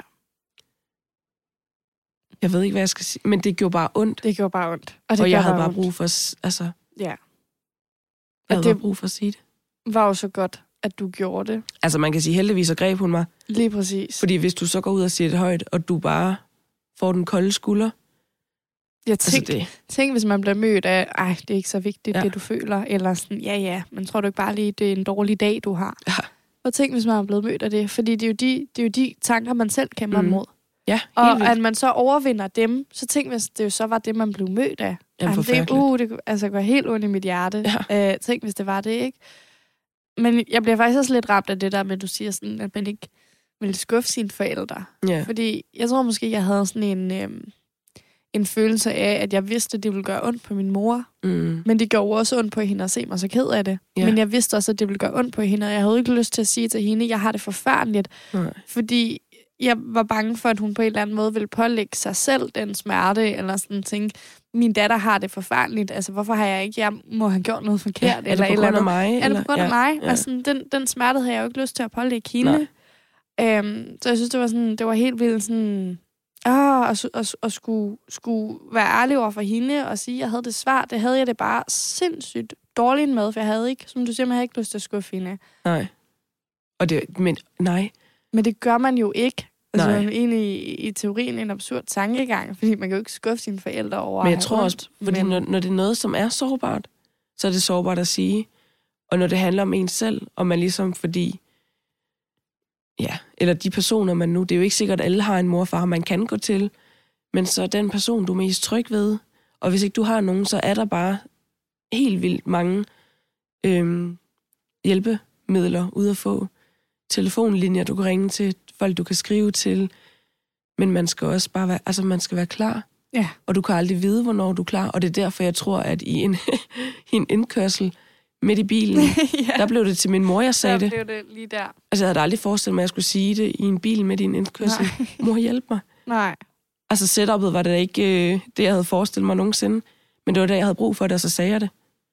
Speaker 2: Jeg ved ikke, hvad jeg skal sige, men det gjorde bare ondt.
Speaker 1: Det gjorde bare ondt. Og, det
Speaker 2: og jeg havde bare
Speaker 1: ondt.
Speaker 2: brug for... Altså,
Speaker 1: ja.
Speaker 2: Jeg havde
Speaker 1: det
Speaker 2: bare brug for at sige det.
Speaker 1: Var jo så godt, at du gjorde det.
Speaker 2: Altså, man kan sige, heldigvis så greb hun mig.
Speaker 1: Lige præcis.
Speaker 2: Fordi hvis du så går ud og siger det højt, og du bare får den kolde skulder...
Speaker 1: Jeg tænk, altså det. tænk, hvis man bliver mødt af, ej, det er ikke så vigtigt, ja. det du føler, eller sådan, ja, ja, men tror du ikke bare lige, det er en dårlig dag, du har?
Speaker 2: Ja.
Speaker 1: Og tænk, hvis man er blevet mødt af det, fordi det er jo de, det er jo de tanker, man selv kæmper mm. mod.
Speaker 2: Ja,
Speaker 1: og vildt. At man så overvinder dem, så tænk, hvis det jo så var det, man blev mødt af.
Speaker 2: Jamen,
Speaker 1: det, uh, det altså, går helt ondt i mit hjerte. Ja. Uh, tænk, hvis det var det, ikke? Men jeg bliver faktisk også lidt ramt af det der med, at du siger sådan, at man ikke vil skuffe sine forældre.
Speaker 2: Ja.
Speaker 1: Fordi jeg tror måske, jeg havde sådan en... Øhm, en følelse af, at jeg vidste, at det ville gøre ondt på min mor.
Speaker 2: Mm.
Speaker 1: Men det gjorde også ondt på hende at se mig så ked af det. Ja. Men jeg vidste også, at det ville gøre ondt på hende, og jeg havde ikke lyst til at sige til hende, jeg har det forfærdeligt.
Speaker 2: Nej.
Speaker 1: Fordi jeg var bange for, at hun på en eller anden måde ville pålægge sig selv den smerte, eller sådan tænke, min datter har det forfærdeligt, altså hvorfor har jeg ikke, jeg må have gjort noget forkert,
Speaker 2: ja,
Speaker 1: eller
Speaker 2: er det på grund af mig?
Speaker 1: Er det på grund af mig?
Speaker 2: Ja.
Speaker 1: Altså, den, den smerte havde jeg jo ikke lyst til at pålægge hende. Øhm, så jeg synes, det var, sådan, det var helt vildt sådan... Ah, og, og, og skulle, skulle være ærlig over for hende og sige, at jeg havde det svært. Det havde jeg det bare sindssygt dårligt med, for jeg havde ikke, som du siger, man havde ikke lyst til at skuffe hende.
Speaker 2: Nej. Og det, men nej.
Speaker 1: Men det gør man jo ikke. Altså,
Speaker 2: nej.
Speaker 1: egentlig i, i teorien en absurd tankegang, fordi man kan jo ikke skuffe sine forældre over.
Speaker 2: Men jeg tror
Speaker 1: rundt,
Speaker 2: også, fordi men... når, når det er noget, som er sårbart, så er det sårbart at sige. Og når det handler om en selv, og man ligesom, fordi... Ja, eller de personer, man nu... Det er jo ikke sikkert, at alle har en mor og far, man kan gå til. Men så er den person, du er mest tryg ved. Og hvis ikke du har nogen, så er der bare helt vildt mange øhm, hjælpemidler ude at få. Telefonlinjer, du kan ringe til, folk, du kan skrive til. Men man skal også bare være... Altså, man skal være klar.
Speaker 1: Ja.
Speaker 2: Og du kan aldrig vide, hvornår du er klar. Og det er derfor, jeg tror, at i en, i en indkørsel... midt i bilen. ja. Der blev det til min mor, jeg sagde det.
Speaker 1: Der blev det lige der.
Speaker 2: Altså, jeg havde aldrig forestillet mig, at jeg skulle sige det i en bil midt i en indkørsel. Nej. Mor, hjælp mig.
Speaker 1: Nej.
Speaker 2: Altså, setup'et var det ikke øh, det, jeg havde forestillet mig nogensinde. Men det var det, jeg havde brug for det, og så sagde jeg det.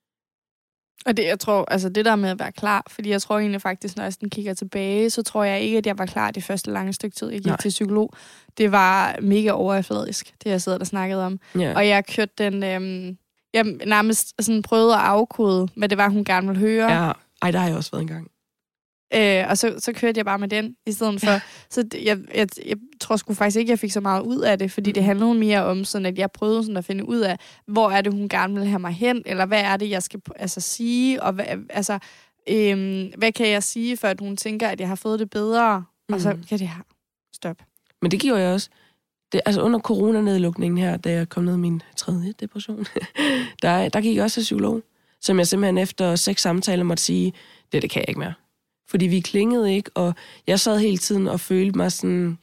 Speaker 1: Og det, jeg tror, altså det der med at være klar, fordi jeg tror egentlig faktisk, når jeg sådan kigger tilbage, så tror jeg ikke, at jeg var klar det første lange stykke tid, jeg gik Nej. til psykolog. Det var mega overfladisk, det jeg sad og snakkede om.
Speaker 2: Ja.
Speaker 1: Og jeg kørte den... Øhm, jeg nærmest sådan prøvede at afkode, hvad det var, hun gerne ville høre.
Speaker 2: Ja, ej, der har jeg også været engang.
Speaker 1: Øh, og så, så kørte jeg bare med den, i stedet for... Så jeg, jeg, jeg tror sgu faktisk ikke, jeg fik så meget ud af det, fordi det handlede mere om sådan, at jeg prøvede sådan at finde ud af, hvor er det, hun gerne vil have mig hen, eller hvad er det, jeg skal altså, sige, og hvad, altså, øhm, hvad kan jeg sige, for at hun tænker, at jeg har fået det bedre, mm. og så kan det her stoppe.
Speaker 2: Men det gjorde jeg også. Det, altså under coronanedlukningen her, da jeg kom ned i min tredje depression, der, der gik jeg også til psykolog, som jeg simpelthen efter seks samtaler måtte sige, det, det kan jeg ikke mere. Fordi vi klingede ikke, og jeg sad hele tiden og følte mig sådan...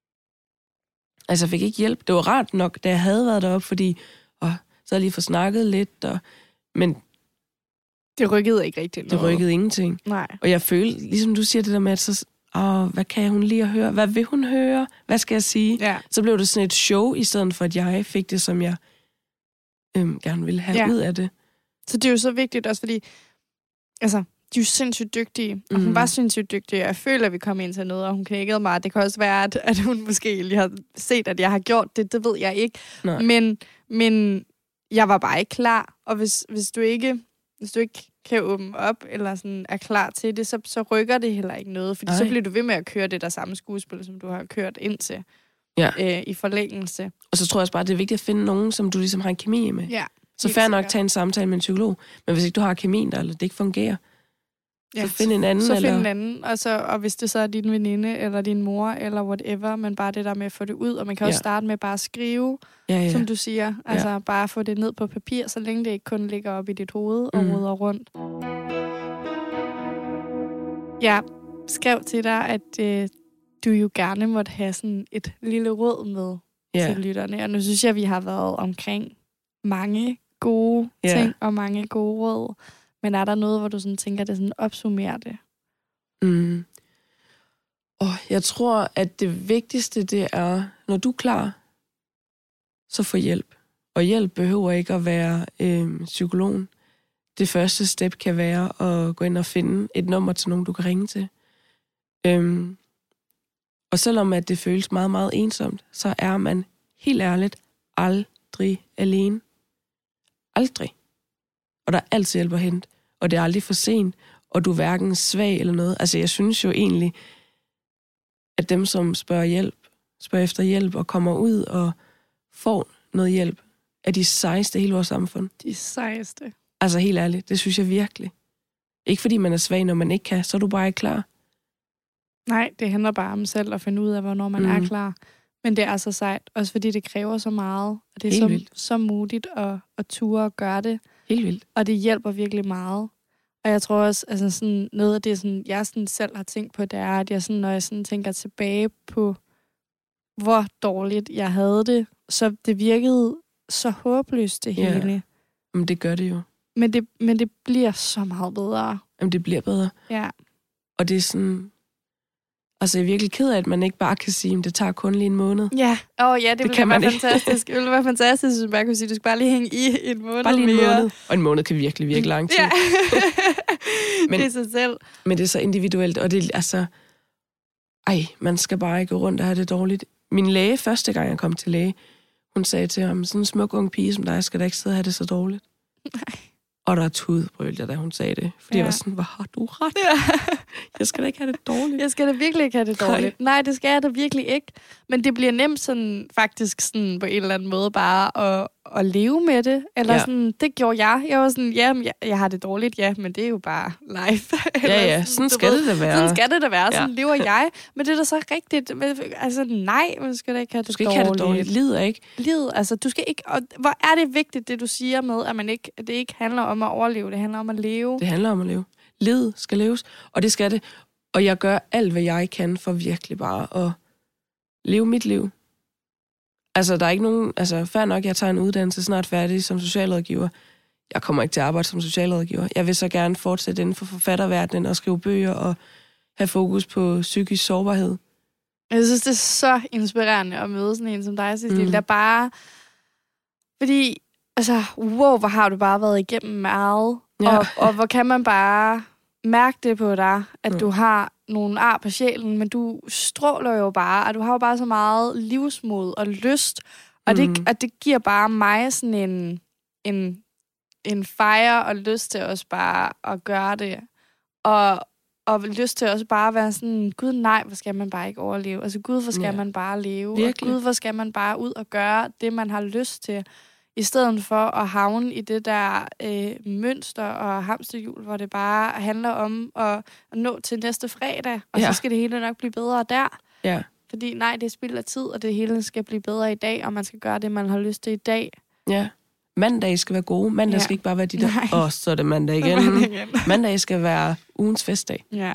Speaker 2: Altså, jeg fik ikke hjælp. Det var rart nok, da jeg havde været deroppe, fordi åh, så havde jeg lige fået snakket lidt, og, men...
Speaker 1: Det rykkede ikke rigtigt
Speaker 2: noget. Det rykkede ingenting.
Speaker 1: Nej.
Speaker 2: Og jeg følte, ligesom du siger det der med, at så... Åh, hvad kan hun lige at høre? Hvad vil hun høre? Hvad skal jeg sige?
Speaker 1: Ja.
Speaker 2: Så blev det sådan et show, i stedet for, at jeg fik det, som jeg øhm, gerne ville have ja. ud af det.
Speaker 1: Så det er jo så vigtigt også, fordi... Altså... De er jo sindssygt dygtige, og hun mm. var sindssygt dygtig, og jeg føler, at vi kom ind til noget, og hun knækkede mig. Det kan også være, at, at hun måske lige har set, at jeg har gjort det, det ved jeg ikke. Men, men jeg var bare ikke klar. Og hvis, hvis, du ikke, hvis du ikke kan åbne op, eller sådan er klar til det, så, så rykker det heller ikke noget. Fordi Ej. så bliver du ved med at køre det der samme skuespil, som du har kørt indtil ja. øh, i forlængelse. Og
Speaker 2: så tror jeg også bare, det er vigtigt at finde nogen, som du ligesom har en kemi med.
Speaker 1: Ja,
Speaker 2: så fair nok tage en samtale med en psykolog. Men hvis ikke du har kemien der, eller det ikke fungerer, ja, så find en anden.
Speaker 1: Så
Speaker 2: eller...
Speaker 1: find en anden, og, så, og hvis det så er din veninde, eller din mor, eller whatever, men bare det der med at få det ud, og man kan ja. også starte med bare at skrive, ja, ja. som du siger, altså ja. bare få det ned på papir, så længe det ikke kun ligger op i dit hoved og mm. ruder rundt. Jeg skrev til dig, at øh, du jo gerne måtte have sådan et lille råd med ja. til lytterne, og nu synes jeg, vi har været omkring mange gode ja. ting, og mange gode råd. Men er der noget, hvor du sådan tænker, det sådan opsummerer det?
Speaker 2: Mm. Oh, jeg tror, at det vigtigste, det er, når du er klar, så få hjælp. Og hjælp behøver ikke at være øh, psykologen. Det første step kan være at gå ind og finde et nummer til nogen, du kan ringe til. Øhm, og selvom at det føles meget, meget ensomt, så er man helt ærligt aldrig alene. Aldrig. Og der er altid hjælp at hente. Og det er aldrig for sent, og du er hverken svag eller noget. Altså, jeg synes jo egentlig, at dem, som spørger hjælp, spørger efter hjælp og kommer ud og får noget hjælp, er de sejeste i hele vores samfund.
Speaker 1: De sejeste.
Speaker 2: Altså, helt ærligt, det synes jeg virkelig. Ikke fordi man er svag, når man ikke kan, så er du bare ikke klar.
Speaker 1: Nej, det handler bare om selv at finde ud af, hvornår man mm. er klar. Men det er så sejt, også fordi det kræver så meget, og det er så, så muligt at, at ture og gøre det.
Speaker 2: Helt vildt.
Speaker 1: Og det hjælper virkelig meget. Og jeg tror også, altså sådan, noget af det, sådan, jeg sådan selv har tænkt på, det er, at jeg sådan, når jeg sådan tænker tilbage på, hvor dårligt jeg havde det, så det virkede så håbløst, det hele.
Speaker 2: Ja. Men det gør det jo.
Speaker 1: Men det, men det bliver så meget bedre.
Speaker 2: Jamen, det bliver bedre.
Speaker 1: Ja.
Speaker 2: Og det er sådan... Altså, jeg er virkelig ked af, at man ikke bare kan sige, at det tager kun lige en måned.
Speaker 1: Ja, åh oh, ja, det, det ville være fantastisk. Det ville være fantastisk, hvis man bare kunne sige, at du skal bare lige hænge i en måned
Speaker 2: bare lige en
Speaker 1: mere.
Speaker 2: måned. Og en måned kan virkelig, virkelig lang tid.
Speaker 1: Ja, men, det er sig selv.
Speaker 2: Men det er så individuelt, og det er altså... Ej, man skal bare ikke gå rundt og have det dårligt. Min læge, første gang jeg kom til læge, hun sagde til ham, sådan en smuk ung pige som dig, skal da ikke sidde og have det så dårligt.
Speaker 1: Nej.
Speaker 2: Og der tudbrølte jeg, da hun sagde det. Fordi ja. jeg var sådan, hvor har du ret? Ja. Jeg skal da ikke have det dårligt.
Speaker 1: Jeg skal da virkelig ikke have det dårligt. Nej, Nej det skal jeg da virkelig ikke. Men det bliver nemt sådan, faktisk sådan, på en eller anden måde bare at, at leve med det. Eller ja. sådan, det gjorde jeg. Jeg var sådan, ja, jeg, jeg har det dårligt, ja, men det er jo bare life.
Speaker 2: Ja, ja, sådan, sådan skal ved, det da være.
Speaker 1: Sådan skal det da være, sådan ja. lever jeg. Men det er da så rigtigt. Altså, nej, man skal da ikke have det dårligt. Du skal
Speaker 2: dårligt. ikke have det dårligt. Lider ikke.
Speaker 1: Lider, altså, du skal ikke... Og hvor er det vigtigt, det du siger med, at man ikke, det ikke handler om at overleve, det handler om at leve.
Speaker 2: Det handler om at leve. Livet skal leves, og det skal det. Og jeg gør alt, hvad jeg kan for virkelig bare at leve mit liv. Altså, der er ikke nogen... Altså, fair nok, jeg tager en uddannelse snart færdig som socialrådgiver. Jeg kommer ikke til at arbejde som socialrådgiver. Jeg vil så gerne fortsætte inden for forfatterverdenen og skrive bøger og have fokus på psykisk sårbarhed.
Speaker 1: Jeg synes, det er så inspirerende at møde sådan en som dig, Cecilie. Mm. Der bare... Fordi, altså, wow, hvor har du bare været igennem meget. Ja. Og, og hvor kan man bare mærke det på dig, at mm. du har nogle ar på sjælen, men du stråler jo bare, og du har jo bare så meget livsmod og lyst. Og, mm. det, og det giver bare mig sådan en, en, en fejre og lyst til også bare at gøre det. Og, og lyst til også bare at være sådan, gud nej, hvor skal man bare ikke overleve? Altså gud, hvor skal ja. man bare leve? Virkelig. Og gud, hvor skal man bare ud og gøre det, man har lyst til? I stedet for at havne i det der øh, mønster og hamsterhjul, hvor det bare handler om at, at nå til næste fredag, og ja. så skal det hele nok blive bedre der.
Speaker 2: Ja.
Speaker 1: Fordi nej, det er spild af tid, og det hele skal blive bedre i dag, og man skal gøre det, man har lyst til i dag.
Speaker 2: Ja. Mandag skal være gode. Mandag ja. skal ikke bare være de der, åh, oh, så er det mandag igen. mandag igen. Mandag skal være ugens festdag.
Speaker 1: Ja.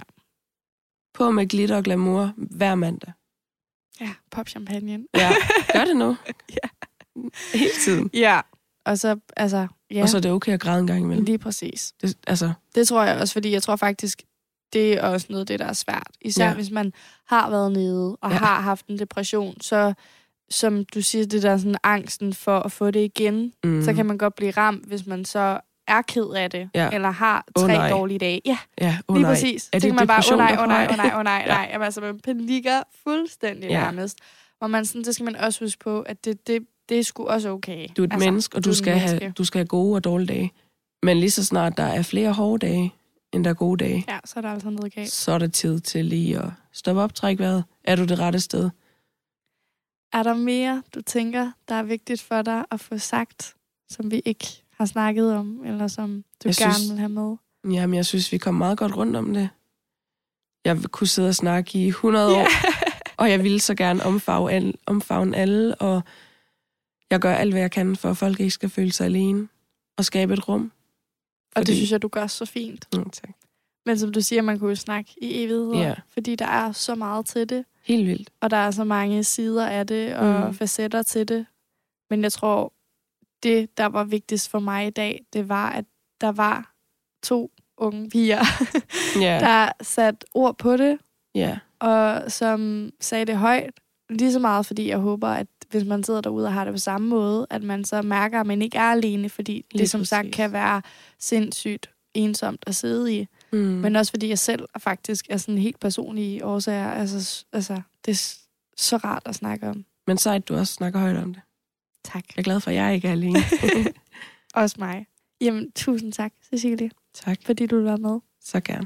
Speaker 2: På med glitter og glamour hver mandag.
Speaker 1: Ja, pop champagne.
Speaker 2: Ja, gør det nu.
Speaker 1: Ja.
Speaker 2: Hele tiden.
Speaker 1: Ja, og så, altså, ja.
Speaker 2: Og så er det okay at græde en gang imellem.
Speaker 1: Lige præcis.
Speaker 2: Det, altså.
Speaker 1: det tror jeg også, fordi jeg tror faktisk, det er også noget af det, der er svært. Især ja. hvis man har været nede og ja. har haft en depression, så som du siger, det der sådan angsten for at få det igen, mm. så kan man godt blive ramt, hvis man så er ked af det,
Speaker 2: ja.
Speaker 1: eller har tre
Speaker 2: oh,
Speaker 1: dage dage. Ja,
Speaker 2: ja oh,
Speaker 1: lige præcis.
Speaker 2: Er
Speaker 1: det
Speaker 2: det
Speaker 1: man bare, åh oh, nej, åh oh, nej, åh oh, nej, åh oh, nej,
Speaker 2: ja.
Speaker 1: nej. Jamen, altså, man panikker fuldstændig
Speaker 2: ja.
Speaker 1: nærmest. Og man sådan, det skal man også huske på, at det, det, det er sgu også okay.
Speaker 2: Du er et altså, menneske, og du, du skal, have, du skal have gode og dårlige dage. Men lige så snart der er flere hårde dage, end der er gode dage,
Speaker 1: ja, så er der altså noget galt.
Speaker 2: Så er der tid til lige at stoppe op, trække vejret. Er du det rette sted?
Speaker 1: Er der mere, du tænker, der er vigtigt for dig at få sagt, som vi ikke har snakket om, eller som du jeg gerne synes, vil have med?
Speaker 2: Jamen, jeg synes, vi kom meget godt rundt om det. Jeg kunne sidde og snakke i hundrede yeah. år, og jeg ville så gerne omfavne alle, omfavne alle, og jeg gør alt, hvad jeg kan, for at folk ikke skal føle sig alene, og skabe et rum.
Speaker 1: Og fordi... det synes jeg, du gør så fint.
Speaker 2: Mm, tak.
Speaker 1: Men som du siger, man kunne jo snakke i evigheder, yeah. fordi der er så meget til det.
Speaker 2: Helt vildt.
Speaker 1: Og der er så mange sider af det, og mm. facetter til det. Men jeg tror, det, der var vigtigst for mig i dag, det var, at der var to unge piger, yeah. der satte ord på det,
Speaker 2: yeah.
Speaker 1: og som sagde det højt. Lige så meget, fordi jeg håber, at hvis man sidder derude og har det på samme måde, at man så mærker, at man ikke er alene, fordi Lige det som præcis. sagt kan være sindssygt ensomt at sidde i. Mm. Men også fordi jeg selv faktisk er sådan helt personlige årsager. Altså, altså, det er så rart at snakke om.
Speaker 2: Men sejt, du også snakker højt om det.
Speaker 1: Tak.
Speaker 2: Jeg er glad for, at jeg ikke er alene.
Speaker 1: Også mig. Jamen, tusind tak, Cecilie.
Speaker 2: Tak.
Speaker 1: Fordi du var med.
Speaker 2: Så gerne.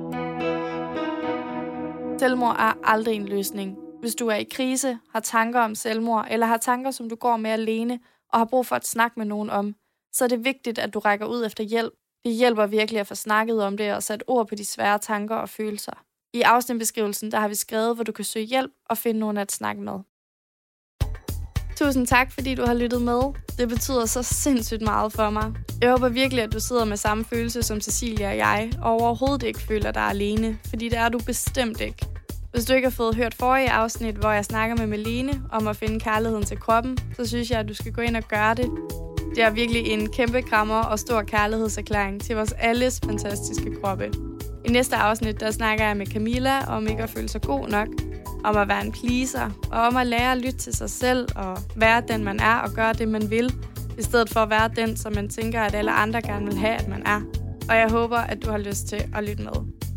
Speaker 1: Selvmord er aldrig en løsning. Hvis du er i krise, har tanker om selvmord, eller har tanker, som du går med alene, og har brug for at snakke med nogen om, så er det vigtigt, at du rækker ud efter hjælp. Det hjælper virkelig at få snakket om det og sat ord på de svære tanker og følelser. I afsnitbeskrivelsen der har vi skrevet, hvor du kan søge hjælp og finde nogen at snakke med. Tusind tak, fordi du har lyttet med. Det betyder så sindssygt meget for mig. Jeg håber virkelig, at du sidder med samme følelse som Cecilia og jeg, og overhovedet ikke føler dig alene, fordi det er du bestemt ikke. Hvis du ikke har fået hørt forrige afsnit, hvor jeg snakker med Malene om at finde kærligheden til kroppen, så synes jeg, at du skal gå ind og gøre det. Det er virkelig en kæmpe krammer og stor kærlighedserklæring til vores alles fantastiske kroppe. I næste afsnit, der snakker jeg med Camilla om ikke at føle sig god nok, om at være en pleaser, og om at lære at lytte til sig selv og være den, man er, og gøre det, man vil, i stedet for at være den, som man tænker, at alle andre gerne vil have, at man er. Og jeg håber, at du har lyst til at lytte med.